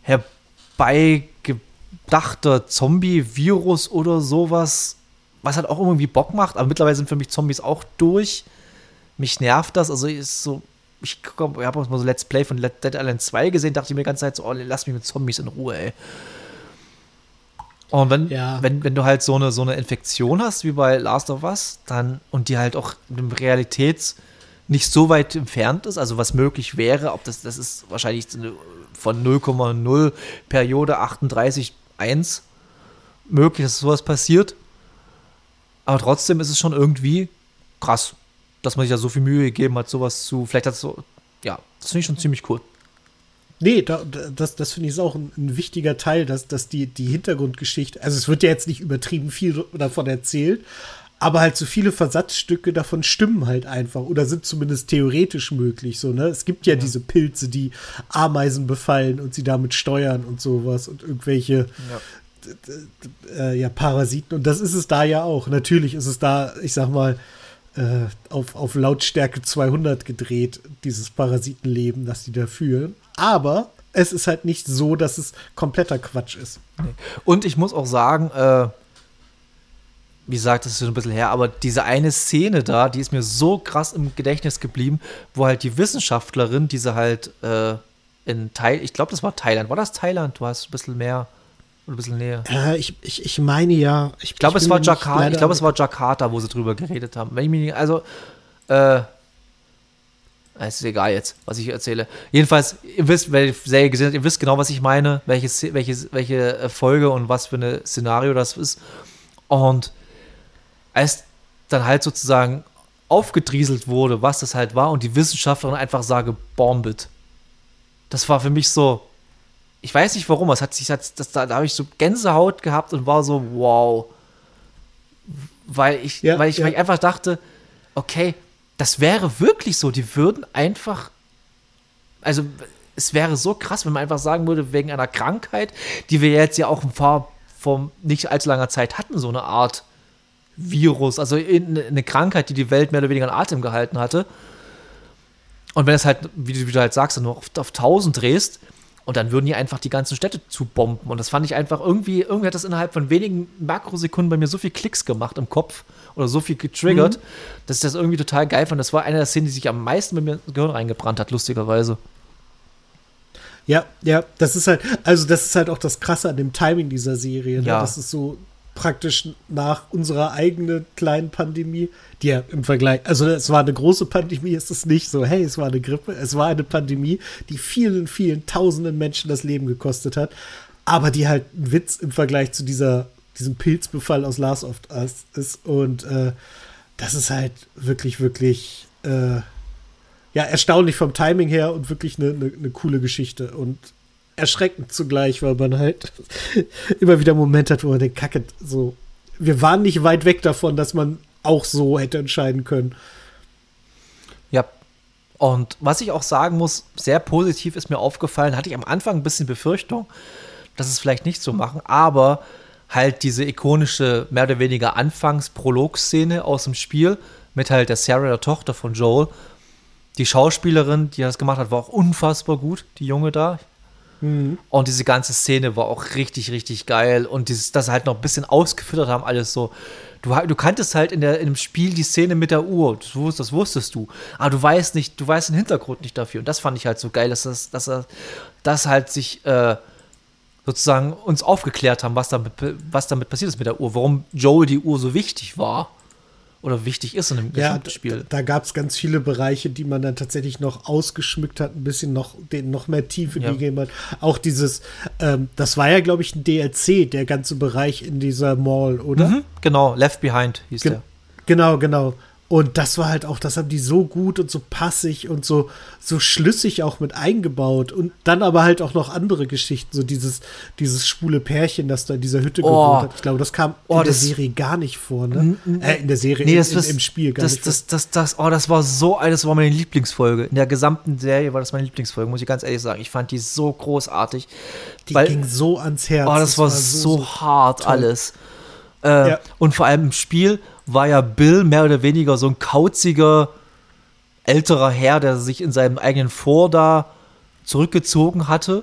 herbeigedachter Zombie-Virus oder sowas, was halt auch irgendwie Bock macht, aber mittlerweile sind für mich Zombies auch durch. Mich nervt das, also ist so, ich, ich habe auch mal so Let's Play von Dead Island zwei gesehen, dachte ich mir die ganze Zeit so, oh, lass mich mit Zombies in Ruhe, ey. Und wenn, ja. wenn, wenn du halt so eine, so eine Infektion hast, wie bei Last of Us, dann, und die halt auch in der Realität nicht so weit entfernt ist, also was möglich wäre, ob das, das ist wahrscheinlich von null Komma null Periode achtunddreißig Komma eins möglich, dass sowas passiert. Aber trotzdem ist es schon irgendwie krass, dass man sich da so viel Mühe gegeben hat, sowas zu, vielleicht hat es so, ja, das finde ich schon ziemlich cool. Nee, da, das, das finde ich ist auch ein, ein wichtiger Teil, dass, dass die, die Hintergrundgeschichte, also es wird ja jetzt nicht übertrieben viel davon erzählt, aber halt so viele Versatzstücke davon stimmen halt einfach oder sind zumindest theoretisch möglich. So, ne? Es gibt ja, ja diese Pilze, die Ameisen befallen und sie damit steuern und sowas und irgendwelche ja. äh, ja, Parasiten. Und das ist es da ja auch. Natürlich ist es da, ich sag mal, äh, auf, auf Lautstärke zweihundert gedreht, dieses Parasitenleben, das die da führen. Aber es ist halt nicht so, dass es kompletter Quatsch ist. Nee. Und ich muss auch sagen, äh, wie gesagt, das ist schon ein bisschen her, aber diese eine Szene da, die ist mir so krass im Gedächtnis geblieben, wo halt die Wissenschaftlerin, diese halt äh, in Thailand, ich glaube, das war Thailand. War das Thailand? Du hast ein bisschen mehr oder ein bisschen näher. Äh, ich, ich, ich meine ja. Ich, ich glaube, ich es war Jakarta. Ich glaube, es war Jakarta, wo sie drüber geredet haben. Wenn ich mich nicht, also, äh, es ist egal jetzt, was ich erzähle. Jedenfalls, ihr wisst, wer die Serie gesehen hat, ihr wisst genau, was ich meine, welche, welche, welche Folge und was für ein Szenario das ist. Und als dann halt sozusagen aufgedrieselt wurde, was das halt war und die Wissenschaftlerin einfach sage, bombet. Das war für mich so, ich weiß nicht warum, es hat sich, das, das, da, da habe ich so Gänsehaut gehabt und war so, wow. Weil ich, ja, weil ich, ja. weil ich einfach dachte, okay, das wäre wirklich so, die würden einfach, also es wäre so krass, wenn man einfach sagen würde, wegen einer Krankheit, die wir jetzt ja auch vor, vor nicht allzu langer Zeit hatten, so eine Art Virus, also eine Krankheit, die die Welt mehr oder weniger in Atem gehalten hatte. Und wenn es halt, wie du, wie du halt sagst, nur auf, auf tausend drehst, und dann würden die einfach die ganzen Städte zubomben. Und das fand ich einfach irgendwie, irgendwie hat das innerhalb von wenigen Makrosekunden bei mir so viel Klicks gemacht im Kopf oder so viel getriggert, mhm. dass ich das irgendwie total geil fand. Das war eine der Szenen, die sich am meisten bei mir ins Gehirn reingebrannt hat, lustigerweise. Ja, ja, das ist halt, also das ist halt auch das Krasse an dem Timing dieser Serie. Ne? Ja. Das ist so praktisch nach unserer eigenen kleinen Pandemie, die ja im Vergleich, also es war eine große Pandemie, ist es nicht so, hey, es war eine Grippe, es war eine Pandemie, die vielen, vielen tausenden Menschen das Leben gekostet hat, aber die halt ein Witz im Vergleich zu dieser, diesem Pilzbefall aus Last of Us ist und äh, das ist halt wirklich, wirklich äh, ja, erstaunlich vom Timing her und wirklich eine, eine, eine coole Geschichte und erschreckend zugleich, weil man halt immer wieder Momente hat, wo man denkt, kacke, so, wir waren nicht weit weg davon, dass man auch so hätte entscheiden können. Ja, und was ich auch sagen muss, sehr positiv ist mir aufgefallen, hatte ich am Anfang ein bisschen Befürchtung, dass es vielleicht nicht so machen, aber halt diese ikonische, mehr oder weniger Anfangs-Prolog-Szene aus dem Spiel mit halt der Sarah, der Tochter von Joel. Die Schauspielerin, die das gemacht hat, war auch unfassbar gut, die Junge da. Mhm. Und diese ganze Szene war auch richtig, richtig geil. Und dieses, das halt noch ein bisschen ausgefüttert haben, alles so. Du, du kanntest halt in, der, in dem Spiel die Szene mit der Uhr, das, wusstest, das wusstest du. Aber du weißt nicht, du weißt den Hintergrund nicht dafür. Und das fand ich halt so geil, dass das, dass er, dass halt sich äh, sozusagen uns aufgeklärt haben, was damit, was damit passiert ist mit der Uhr, warum Joel die Uhr so wichtig war. Oder wichtig ist in einem ja, Spiel. Da, da gab es ganz viele Bereiche, die man dann tatsächlich noch ausgeschmückt hat, ein bisschen noch, denen noch mehr Tiefe ja. gegeben hat. Auch dieses, ähm, das war ja, glaube ich, ein D L C, der ganze Bereich in dieser Mall, oder? Mhm, genau, Left Behind hieß Ge- der. Genau, genau. Und das war halt auch, das haben die so gut und so passig und so, so schlüssig auch mit eingebaut. Und dann aber halt auch noch andere Geschichten, so dieses, dieses schwule Pärchen, das da in dieser Hütte oh. gewohnt hat. Ich glaube, das kam oh, in das der Serie gar nicht vor, ne? Äh, in der Serie, nee, in, das in, was, im Spiel gar das, nicht das, das, das, oh, das war so, das war meine Lieblingsfolge. In der gesamten Serie war das meine Lieblingsfolge, muss ich ganz ehrlich sagen. Ich fand die so großartig. Die weil, ging so ans Herz. Oh, das, das war, war so, so hart toll. Alles. Äh, ja. Und vor allem im Spiel war ja Bill mehr oder weniger so ein kauziger, älterer Herr, der sich in seinem eigenen Fort da zurückgezogen hatte.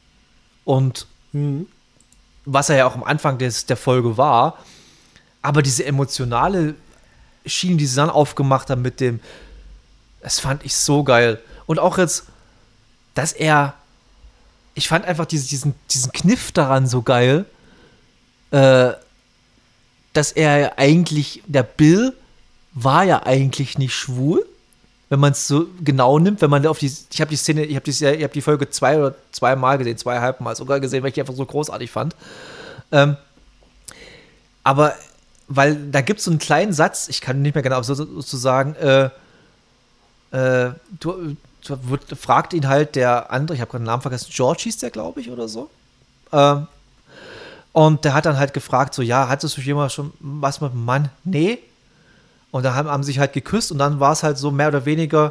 Und mhm. was er ja auch am Anfang des, der Folge war. Aber diese emotionale Schiene, die sie dann aufgemacht haben mit dem, das fand ich so geil. Und auch jetzt, dass er, ich fand einfach diese, diesen, diesen Kniff daran so geil, äh, dass er eigentlich, der Bill war ja eigentlich nicht schwul, wenn man es so genau nimmt, wenn man auf die, ich habe die Szene, ich habe die, ich hab die Folge zwei oder zweimal gesehen, zweieinhalb Mal sogar gesehen, weil ich die einfach so großartig fand. Ähm, aber, weil da gibt es so einen kleinen Satz, ich kann nicht mehr genau sozusagen, äh, äh, du, du, fragt ihn halt der andere, ich habe gerade den Namen vergessen, George hieß der, glaube ich, oder so. Ähm, Und der hat dann halt gefragt, so, ja, hattest du jemals schon was mit einem Mann? Nee. Und dann haben, haben sich halt geküsst und dann war es halt so mehr oder weniger,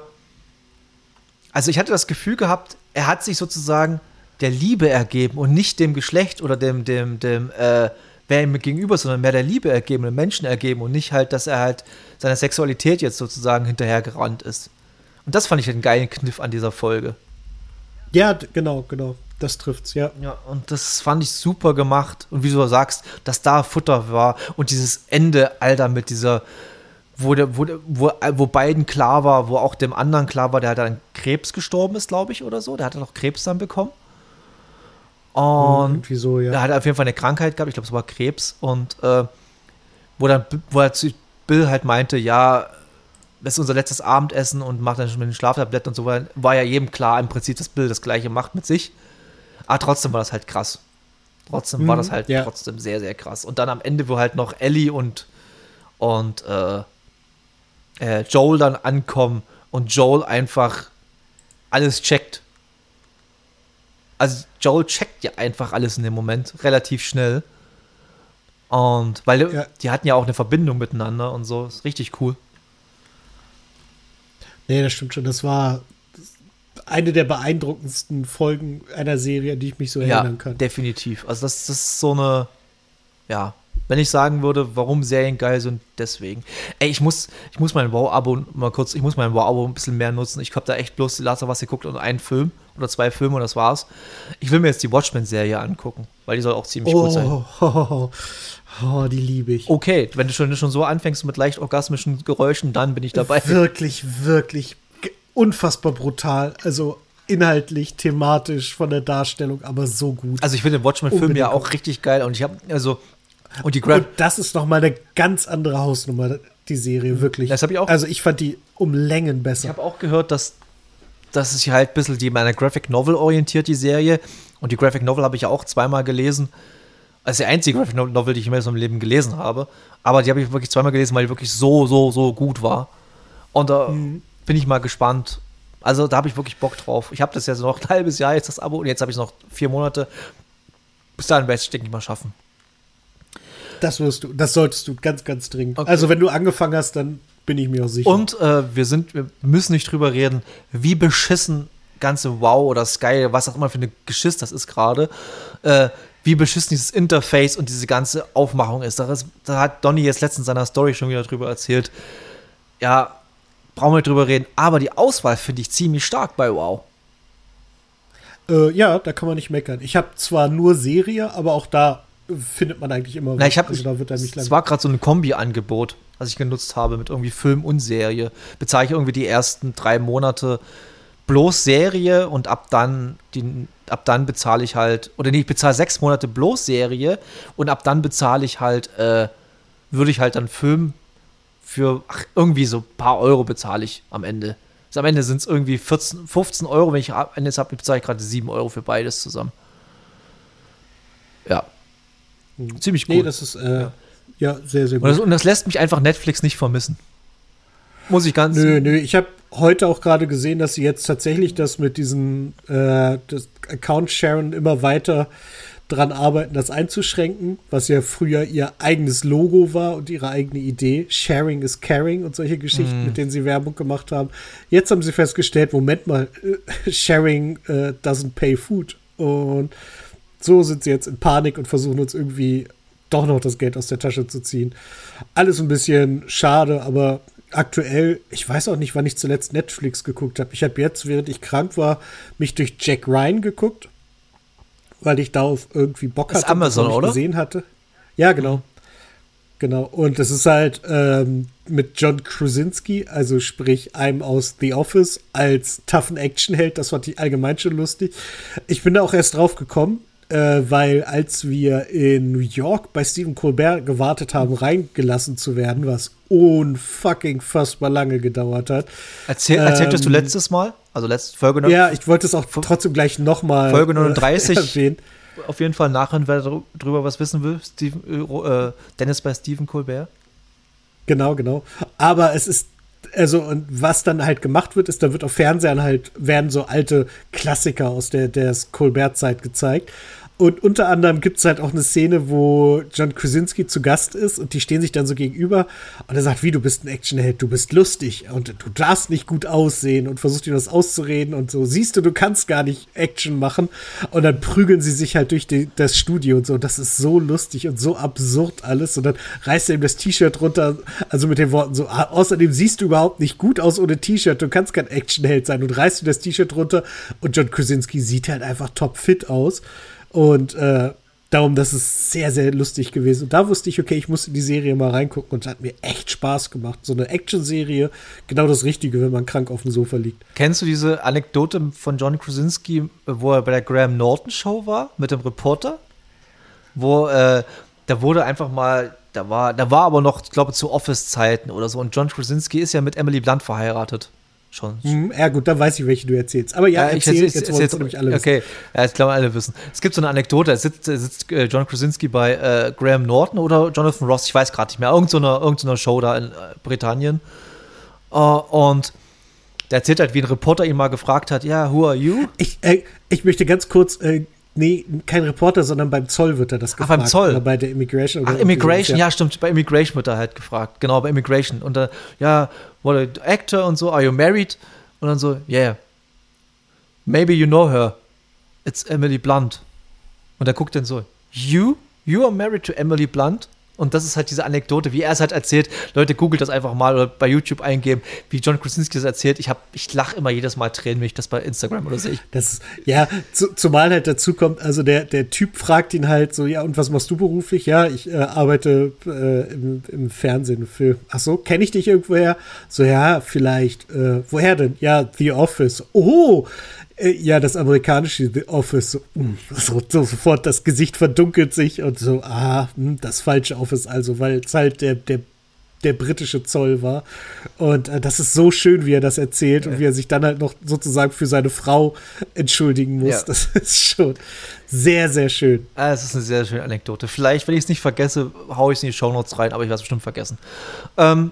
also ich hatte das Gefühl gehabt, er hat sich sozusagen der Liebe ergeben und nicht dem Geschlecht oder dem, dem, dem, äh, wer ihm gegenüber, sondern mehr der Liebe ergeben, dem Menschen ergeben und nicht halt, dass er halt seiner Sexualität jetzt sozusagen hinterhergerannt ist. Und das fand ich halt einen geilen Kniff an dieser Folge. Ja, genau, genau. das trifft's, ja. Ja, und das fand ich super gemacht. Und wie du sagst, dass da Futter war und dieses Ende, Alter, mit dieser, wo, der, wo, wo, wo beiden klar war, wo auch dem anderen klar war, der hat an Krebs gestorben ist, glaube ich, oder so. Der hat noch Krebs dann bekommen. Und so, ja. er hat auf jeden Fall eine Krankheit gehabt, ich glaube, es war Krebs. Und äh, wo dann, wo er zu Bill halt meinte, ja, das ist unser letztes Abendessen und macht dann schon mit den Schlaftabletten und so, war ja jedem klar im Prinzip, dass Bill das Gleiche macht mit sich. Aber trotzdem war das halt krass. Trotzdem mhm, war das halt ja. trotzdem sehr, sehr krass. Und dann am Ende, wo halt noch Ellie und, und äh, äh, Joel dann ankommen und Joel einfach alles checkt. Also Joel checkt ja einfach alles in dem Moment relativ schnell. Und weil ja. die hatten ja auch eine Verbindung miteinander und so. Ist richtig cool. Nee, das stimmt schon. Das war eine der beeindruckendsten Folgen einer Serie, an die ich mich so erinnern ja, kann. Definitiv. Also das, das ist so eine, ja, wenn ich sagen würde, warum Serien geil sind, deswegen. Ey, ich muss, ich muss mein Wow-Abo mal kurz, ich muss mein Wow-Abo ein bisschen mehr nutzen. Ich habe da echt bloß die Last of Us geguckt und einen Film oder zwei Filme und das war's. Ich will mir jetzt die Watchmen-Serie angucken, weil die soll auch ziemlich oh, gut sein. Oh, oh, oh, die liebe ich. Okay, wenn du schon, schon so anfängst mit leicht orgasmischen Geräuschen, dann bin ich dabei. Wirklich, wirklich unfassbar brutal. Also inhaltlich, thematisch, von der Darstellung, aber so gut. Also ich finde den Watchmen-Film ja auch richtig geil und ich habe, also und die Gra- Und das ist noch mal eine ganz andere Hausnummer, die Serie, wirklich. Das habe ich auch. Also ich fand die um Längen besser. Ich habe auch gehört, dass, dass es sich halt ein bisschen die meiner Graphic Novel orientiert, die Serie. Und die Graphic Novel habe ich ja auch zweimal gelesen. Also die einzige Graphic Novel, die ich in meinem Leben gelesen habe. Aber die habe ich wirklich zweimal gelesen, weil die wirklich so, so, so gut war. Und da mhm. bin ich mal gespannt. Also da habe ich wirklich Bock drauf. Ich habe das ja noch ein halbes Jahr jetzt, das Abo. Und jetzt habe ich noch vier Monate. Bis dahin werde ich es, denke ich, mal schaffen. Das wirst du, das solltest du ganz, ganz dringend. Okay. Also wenn du angefangen hast, dann bin ich mir auch sicher. Und äh, wir sind, wir müssen nicht drüber reden, wie beschissen ganze Wow oder Sky, was auch immer für eine Geschiss das ist gerade, äh, wie beschissen dieses Interface und diese ganze Aufmachung ist. Da, ist. da hat Donny jetzt letztens in seiner Story schon wieder drüber erzählt. Ja, brauchen wir nicht drüber reden. Aber die Auswahl finde ich ziemlich stark bei Wow. Äh, ja, da kann man nicht meckern. Ich habe zwar nur Serie, aber auch da findet man eigentlich immer was. Na, ich hab, also da wird er nicht es war gerade so ein Kombi-Angebot, was ich genutzt habe mit irgendwie Film und Serie. Bezahle ich irgendwie die ersten drei Monate bloß Serie und ab dann, die, ab dann bezahle ich halt, oder nee, ich bezahle sechs Monate bloß Serie und ab dann bezahle ich halt, äh, würde ich halt dann Film für, ach, irgendwie so ein paar Euro bezahle ich am Ende. Also am Ende sind es irgendwie vierzehn, fünfzehn Euro, wenn ich am Ende habe, bezahle ich gerade sieben Euro für beides zusammen. Ja. Ziemlich cool. Nee, das ist äh, ja. ja sehr, sehr gut. Und das, und das lässt mich einfach Netflix nicht vermissen. Muss ich ganz... Nö, nö, ich habe heute auch gerade gesehen, dass sie jetzt tatsächlich das mit diesen äh, Account-Sharen immer weiter dran arbeiten, das einzuschränken, was ja früher ihr eigenes Logo war und ihre eigene Idee. Sharing is caring und solche Geschichten, mm. mit denen sie Werbung gemacht haben. Jetzt haben sie festgestellt, Moment mal, äh, Sharing äh, doesn't pay food. Und so sind sie jetzt in Panik und versuchen uns irgendwie doch noch das Geld aus der Tasche zu ziehen. Alles ein bisschen schade, aber aktuell, ich weiß auch nicht, wann ich zuletzt Netflix geguckt habe. Ich habe jetzt, während ich krank war, mich durch Jack Ryan geguckt, weil ich darauf irgendwie Bock hatte. Das ist Amazon, oder? Gesehen hatte. Ja, genau. Genau. Und das ist halt ähm, mit John Krasinski, also sprich einem aus The Office, als toughen Actionheld. Das fand ich allgemein schon lustig. Ich bin da auch erst drauf gekommen, äh, weil als wir in New York bei Stephen Colbert gewartet haben, reingelassen zu werden, was unfucking fassbar lange gedauert hat. Erzähl, ähm, erzähltest du letztes Mal? Also letzte Folge noch? Ja, ich wollte es auch trotzdem gleich nochmal Folge neununddreißig. Äh, erwähnen. Auf jeden Fall nachhören, wer darüber was wissen will. Steven, äh, Dennis bei Stephen Colbert. Genau, genau. Aber es ist, also, und was dann halt gemacht wird, ist, da wird auf Fernsehern halt, werden so alte Klassiker aus der, der Colbert-Zeit gezeigt. Und unter anderem gibt es halt auch eine Szene, wo John Krasinski zu Gast ist und die stehen sich dann so gegenüber und er sagt, wie, du bist ein Actionheld, du bist lustig und du darfst nicht gut aussehen und versucht ihm das auszureden und so, siehst du, du kannst gar nicht Action machen und dann prügeln sie sich halt durch die, das Studio und so, das ist so lustig und so absurd alles und dann reißt er ihm das T-Shirt runter, also mit den Worten so, ah, außerdem siehst du überhaupt nicht gut aus ohne T-Shirt, du kannst kein Actionheld sein und reißt ihm das T-Shirt runter und John Krasinski sieht halt einfach topfit aus. Und äh, darum, das ist sehr, sehr lustig gewesen. Und da wusste ich, okay, ich muss in die Serie mal reingucken und es hat mir echt Spaß gemacht. So eine Action-Serie, genau das Richtige, wenn man krank auf dem Sofa liegt. Kennst du diese Anekdote von John Krasinski, wo er bei der Graham Norton Show war, mit dem Reporter? Wo, äh, da wurde einfach mal, da war, da war aber noch, ich glaube, zu Office-Zeiten oder so. Und John Krasinski ist ja mit Emily Blunt verheiratet. Schon. Hm, ja gut, dann weiß ich, welche du erzählst. Aber ja, ja erzähl, ich, jetzt, jetzt, jetzt wollen es nämlich alle wissen. Okay, ja, jetzt glauben alle wissen. Es gibt so eine Anekdote, da sitzt, sitzt äh, John Krasinski bei äh, Graham Norton oder Jonathan Ross, ich weiß gerade nicht mehr, irgend so eine, irgend so eine Show da in äh, Britannien. Uh, und der erzählt halt, wie ein Reporter ihn mal gefragt hat, ja, who are you? Ich, äh, ich möchte ganz kurz, äh, nee, kein Reporter, sondern beim Zoll wird er das gefragt. Ach, beim Zoll? Oder bei der Immigration. Oder Ach, Immigration, ja. ja, stimmt, bei Immigration wird er halt gefragt. Genau, bei Immigration. Und dann, ja, what are you, actor und so, are you married? Und dann so, yeah, maybe you know her. It's Emily Blunt. Und er guckt dann so, you? You are married to Emily Blunt? Und das ist halt diese Anekdote, wie er es halt erzählt. Leute, googelt das einfach mal oder bei YouTube eingeben, wie John Krasinski das erzählt. Ich, ich lache immer jedes Mal Tränen, wenn ich das bei Instagram oder sehe. Das, ja, zu, zumal halt dazu kommt, also der, der Typ fragt ihn halt so, ja, und was machst du beruflich? Ja, ich äh, arbeite äh, im, im Fernsehen für, ach so, kenne ich dich irgendwoher? So, ja, vielleicht, äh, woher denn? Ja, The Office. Oh, äh, ja, das amerikanische The Office. So, so, so, sofort das Gesicht verdunkelt sich und so, ah, mh, das falsche Office also, weil es halt der, der der britische Zoll war. Und äh, das ist so schön, wie er das erzählt ja. Und wie er sich dann halt noch sozusagen für seine Frau entschuldigen muss. Ja. Das ist schon sehr, sehr schön. Ah, das ist eine sehr schöne Anekdote. Vielleicht, wenn ich es nicht vergesse, haue ich es in die Shownotes rein, aber ich werde es bestimmt vergessen. Ähm,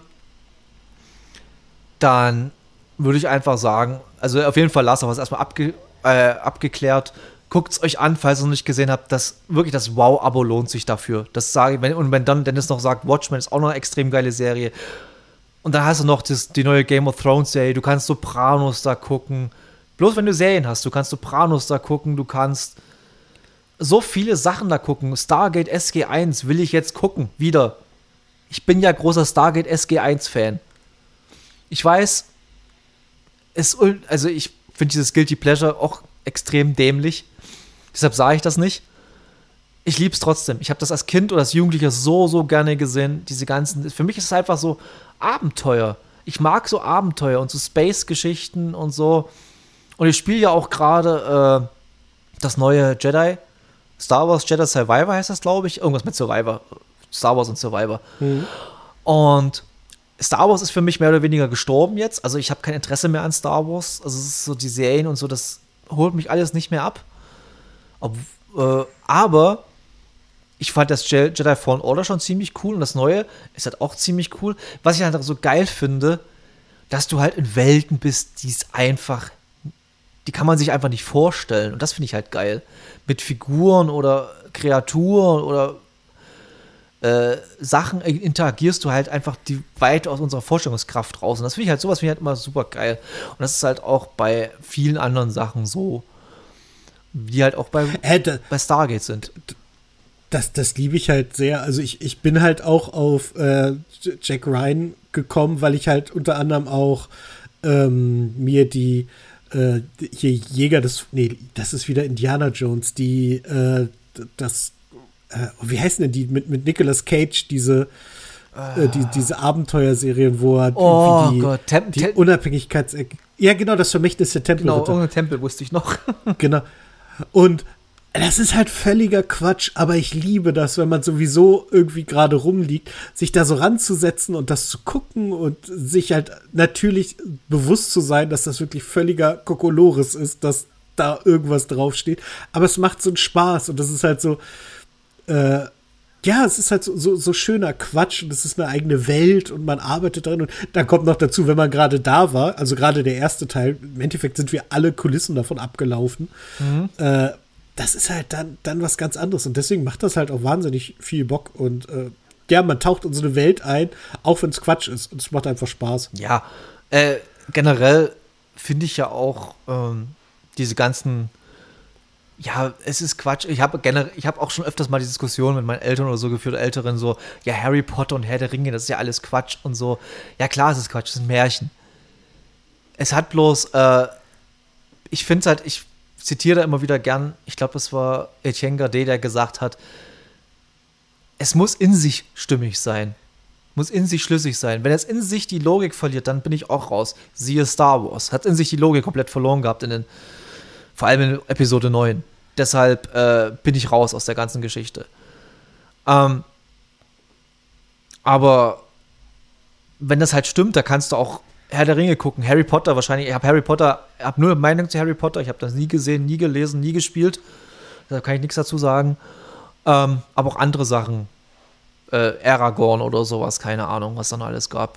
dann würde ich einfach sagen, also auf jeden Fall Last of Us erstmal abge, äh, abgeklärt. Guckt es euch an, falls ihr es noch nicht gesehen habt. Das, wirklich das Wow-Abo lohnt sich dafür. Das sage ich. Wenn, und wenn dann Dennis noch sagt, Watchmen ist auch noch eine extrem geile Serie. Und dann hast du noch das, die neue Game of Thrones Serie. Du kannst Sopranos da gucken. Bloß wenn du Serien hast, du kannst Sopranos da gucken. Du kannst so viele Sachen da gucken. Stargate S G eins will ich jetzt gucken. Wieder. Ich bin ja großer Stargate S G eins Fan. Ich weiß, es, also ich finde dieses Guilty Pleasure auch extrem dämlich. Deshalb sage ich das nicht. Ich liebe es trotzdem. Ich habe das als Kind oder als Jugendlicher so, so gerne gesehen. Diese ganzen, für mich ist es einfach so Abenteuer. Ich mag so Abenteuer und so Space-Geschichten und so. Und ich spiele ja auch gerade äh, das neue Jedi. Star Wars Jedi Survivor heißt das, glaube ich. Irgendwas mit Survivor. Star Wars und Survivor. Mhm. Und Star Wars ist für mich mehr oder weniger gestorben jetzt. Also ich habe kein Interesse mehr an Star Wars. Also es ist so die Serien und so, das holt mich alles nicht mehr ab. Ob, äh, aber ich fand das Je- Jedi Fallen Order schon ziemlich cool und das Neue ist halt auch ziemlich cool. Was ich halt so geil finde, dass du halt in Welten bist, die es einfach, die kann man sich einfach nicht vorstellen. Und das finde ich halt geil. Mit Figuren oder Kreaturen oder äh, Sachen interagierst du halt einfach die weit aus unserer Vorstellungskraft raus. Und das finde ich halt, sowas finde ich halt immer super geil. Und das ist halt auch bei vielen anderen Sachen so, die halt auch bei, äh, da, bei Stargate sind. Das, das liebe ich halt sehr. Also ich, ich bin halt auch auf äh, Jack Ryan gekommen, weil ich halt unter anderem auch ähm, mir die äh, hier Jäger des, nee, das ist wieder Indiana Jones, die äh, das, äh, wie heißen denn die, mit, mit Nicolas Cage, diese äh, die, diese Abenteuerserien, wo er oh die, Gott, Tem- die Tem- Unabhängigkeits... Ja, genau, das Vermächtnis der Tempel. Genau, irgendein Tempel wusste ich noch. Genau. Und das ist halt völliger Quatsch, aber ich liebe das, wenn man sowieso irgendwie gerade rumliegt, sich da so ranzusetzen und das zu gucken und sich halt natürlich bewusst zu sein, dass das wirklich völliger Kokolores ist, dass da irgendwas draufsteht. Aber es macht so einen Spaß und das ist halt so, äh, ja, es ist halt so, so, so schöner Quatsch und es ist eine eigene Welt und man arbeitet drin und dann kommt noch dazu, wenn man gerade da war, also gerade der erste Teil, im Endeffekt sind wir alle Kulissen davon abgelaufen, mhm. äh, das ist halt dann, dann was ganz anderes. Und deswegen macht das halt auch wahnsinnig viel Bock. Und äh, ja, man taucht in so eine Welt ein, auch wenn es Quatsch ist. Und es macht einfach Spaß. Ja, äh, generell finde ich ja auch ähm, diese ganzen, ja, es ist Quatsch. Ich habe generell, ich habe auch schon öfters mal die Diskussion mit meinen Eltern oder so geführt, Älteren so, ja, Harry Potter und Herr der Ringe, das ist ja alles Quatsch und so. Ja, klar, es ist Quatsch, es ist ein Märchen. Es hat bloß, äh, ich finde es halt, ich zitiere da immer wieder gern, ich glaube, es war Etienne Gardet, der gesagt hat, es muss in sich stimmig sein. Muss in sich schlüssig sein. Wenn es in sich die Logik verliert, dann bin ich auch raus. Siehe Star Wars. Hat in sich die Logik komplett verloren gehabt, in den, vor allem in Episode neun. Deshalb äh, bin ich raus aus der ganzen Geschichte. Ähm, aber wenn das halt stimmt, da kannst du auch Herr der Ringe gucken. Harry Potter wahrscheinlich. Ich habe Harry Potter, ich habe nur eine Meinung zu Harry Potter. Ich habe das nie gesehen, nie gelesen, nie gespielt. Da kann ich nichts dazu sagen. Ähm, aber auch andere Sachen. Äh, Aragorn oder sowas, keine Ahnung, was dann alles gab.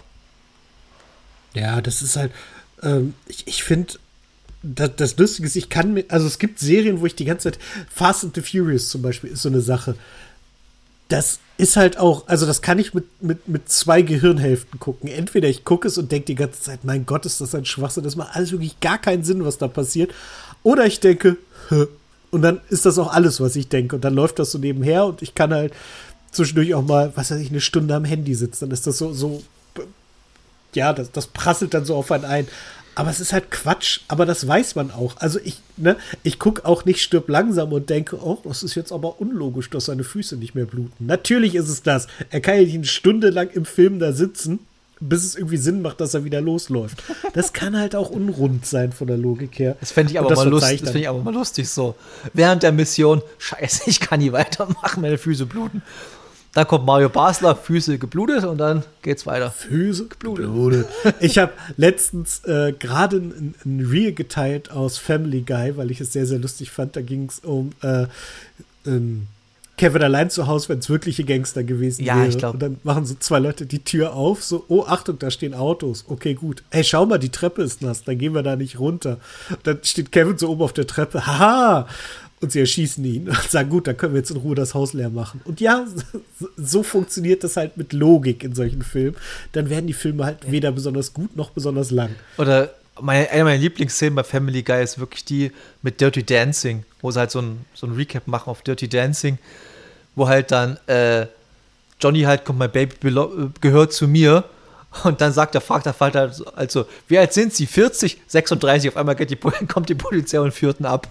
Ja, das ist halt, ähm, ich, ich finde, das, das Lustige ist, ich kann mir, also es gibt Serien, wo ich die ganze Zeit, Fast and the Furious zum Beispiel ist so eine Sache. Das ist halt auch, also das kann ich mit, mit, mit zwei Gehirnhälften gucken. Entweder ich gucke es und denke die ganze Zeit, mein Gott, ist das ein Schwachsinn, das macht alles wirklich gar keinen Sinn, was da passiert. Oder ich denke, hä. Und dann ist das auch alles, was ich denke. Und dann läuft das so nebenher und ich kann halt zwischendurch auch mal, was weiß ich, eine Stunde am Handy sitzen. Dann ist das so, so ja, das, das prasselt dann so auf einen ein. Aber es ist halt Quatsch, aber das weiß man auch. Also ich, ne, ich gucke auch nicht Stirb langsam und denke, oh, das ist jetzt aber unlogisch, dass seine Füße nicht mehr bluten. Natürlich ist es das. Er kann ja nicht eine Stunde lang im Film da sitzen, bis es irgendwie Sinn macht, dass er wieder losläuft. Das kann halt auch unrund sein von der Logik her. Das fände ich aber mal lustig, das finde ich aber mal lustig so. Während der Mission, scheiße, ich kann nie weitermachen, meine Füße bluten. Dann kommt Mario Basler, Füße geblutet und dann geht's weiter. Füße geblutet. Ich habe letztens äh, gerade ein, ein Reel geteilt aus Family Guy, weil ich es sehr, sehr lustig fand. Da ging es um äh, ähm, Kevin allein zu Hause, wenn es wirkliche Gangster gewesen ja, wäre. Ich glaub. Und dann machen so zwei Leute die Tür auf, so, oh, Achtung, da stehen Autos. Okay, gut. Hey, schau mal, die Treppe ist nass, dann gehen wir da nicht runter. Und dann steht Kevin so oben auf der Treppe, haha! Und sie erschießen ihn und sagen, gut, dann können wir jetzt in Ruhe das Haus leer machen. Und ja, so funktioniert das halt mit Logik in solchen Filmen. Dann werden die Filme halt weder besonders gut noch besonders lang. Oder meine, eine meiner Lieblingsszenen bei Family Guy ist wirklich die mit Dirty Dancing, wo sie halt so ein, so ein Recap machen auf Dirty Dancing, wo halt dann äh, Johnny halt kommt, mein Baby belo- gehört zu mir. Und dann sagt der fragt der Vater also, wie alt sind Sie? vierzig? sechsunddreißig? Auf einmal geht die, kommt die Polizei und führt ihn ab.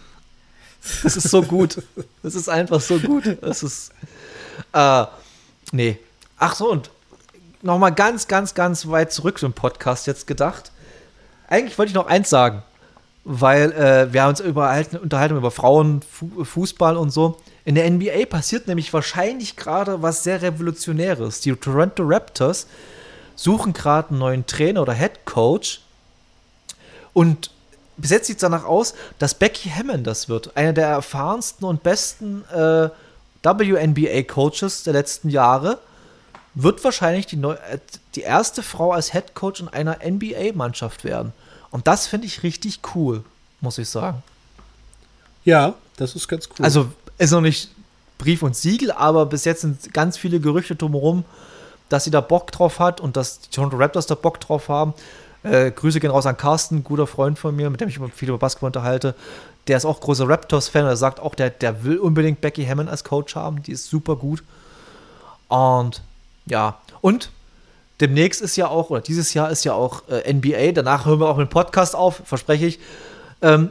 Das ist so gut. Das ist einfach so gut. Das ist, äh, nee. Ach so, und nochmal ganz, ganz, ganz weit zurück zum Podcast jetzt gedacht. Eigentlich wollte ich noch eins sagen, weil äh, wir haben uns überhalten, unterhalten über Frauenfußball und so. In der N B A passiert nämlich wahrscheinlich gerade was sehr Revolutionäres. Die Toronto Raptors suchen gerade einen neuen Trainer oder Head Coach und bis jetzt sieht es danach aus, dass Becky Hammon das wird. Eine der erfahrensten und besten äh, W N B A-Coaches der letzten Jahre. Wird wahrscheinlich die, neu, äh, die erste Frau als Head Coach in einer N B A-Mannschaft werden. Und das finde ich richtig cool, muss ich sagen. Ja, das ist ganz cool. Also ist noch nicht Brief und Siegel, aber bis jetzt sind ganz viele Gerüchte drumherum, dass sie da Bock drauf hat und dass die Toronto Raptors da Bock drauf haben. Äh, Grüße gehen raus an Carsten, ein guter Freund von mir, mit dem ich viel über Basketball unterhalte. Der ist auch großer Raptors-Fan. Er sagt auch, der, der will unbedingt Becky Hammon als Coach haben. Die ist super gut. Und ja, und demnächst ist ja auch, oder dieses Jahr ist ja auch äh, N B A. Danach hören wir auch mit dem Podcast auf, verspreche ich. Ähm,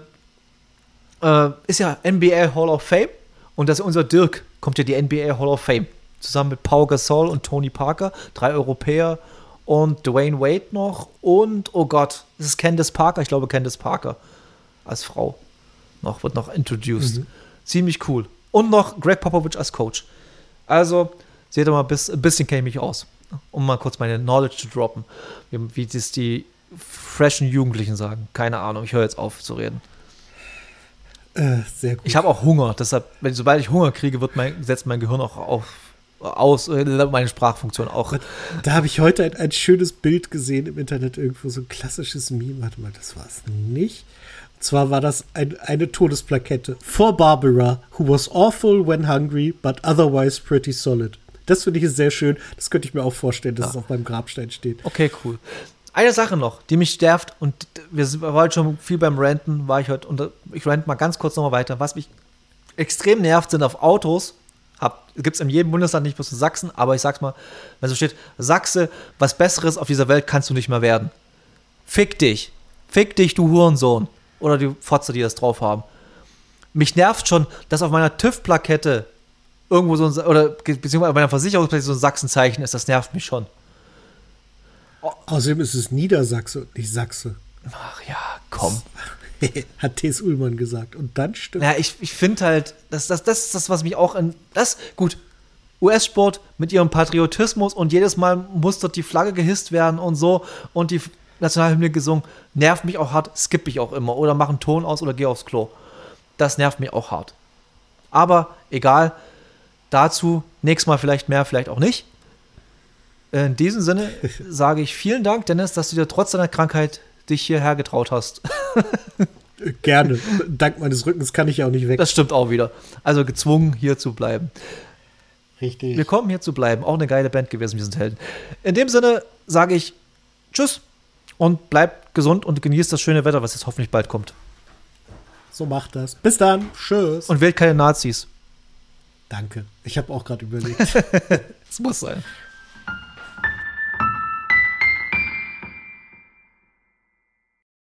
äh, ist ja N B A Hall of Fame. Und das ist unser Dirk, kommt ja die N B A Hall of Fame. Zusammen mit Pau Gasol und Tony Parker, drei Europäer. Und Dwayne Wade noch und, oh Gott, das ist Candace Parker, ich glaube Candace Parker als Frau noch, wird noch introduced. Mhm. Ziemlich cool. Und noch Greg Popovich als Coach. Also, seht ihr mal, bis, ein bisschen kenne ich mich aus, um mal kurz meine Knowledge zu droppen, wie, wie das die freshen Jugendlichen sagen. Keine Ahnung, ich höre jetzt auf zu reden. Äh, sehr gut. Ich habe auch Hunger, deshalb, wenn, sobald ich Hunger kriege, wird mein, setzt mein Gehirn auch auf aus, meine Sprachfunktion auch. Da habe ich heute ein, ein schönes Bild gesehen im Internet, irgendwo so ein klassisches Meme. Warte mal, das war es nicht. Zwar war das ein, eine Todesplakette. For Barbara, who was awful when hungry, but otherwise pretty solid. Das finde ich sehr schön. Das könnte ich mir auch vorstellen, dass ja. es auf meinem Grabstein steht. Okay, cool. Eine Sache noch, die mich nervt, und wir sind heute schon viel beim Ranten, war ich heute, und ich rant mal ganz kurz nochmal weiter. Was mich extrem nervt, sind auf Autos, gibt es in jedem Bundesland, nicht bloß in Sachsen, aber ich sag's mal, wenn so steht, Sachse, was Besseres auf dieser Welt kannst du nicht mehr werden. Fick dich. Fick dich, du Hurensohn. Oder die Fotze, die das drauf haben. Mich nervt schon, dass auf meiner TÜV-Plakette irgendwo so ein, oder beziehungsweise auf meiner Versicherungsplakette so ein Sachsenzeichen ist, das nervt mich schon. Oh. Außerdem ist es Niedersachse und nicht Sachse. Ach ja, komm. Hat T S. Ullmann gesagt. Und dann stimmt. Ja, ich, ich finde halt, das, das, das ist das, was mich auch in. Das, gut, U S-Sport mit ihrem Patriotismus und jedes Mal muss dort die Flagge gehisst werden und so und die Nationalhymne gesungen, nervt mich auch hart, skippe ich auch immer oder mache einen Ton aus oder gehe aufs Klo. Das nervt mich auch hart. Aber egal, dazu nächstes Mal vielleicht mehr, vielleicht auch nicht. In diesem Sinne sage ich vielen Dank, Dennis, dass du dir trotz deiner Krankheit dich hierher getraut hast. Gerne. Dank meines Rückens kann ich ja auch nicht weg. Das stimmt auch wieder. Also gezwungen, hier zu bleiben. Richtig. Wir kommen hier zu bleiben. Auch eine geile Band gewesen, wir sind Helden. In dem Sinne sage ich Tschüss und bleibt gesund und genießt das schöne Wetter, was jetzt hoffentlich bald kommt. So macht das. Bis dann. Tschüss. Und wählt keine Nazis. Danke. Ich habe auch gerade überlegt. Es muss sein.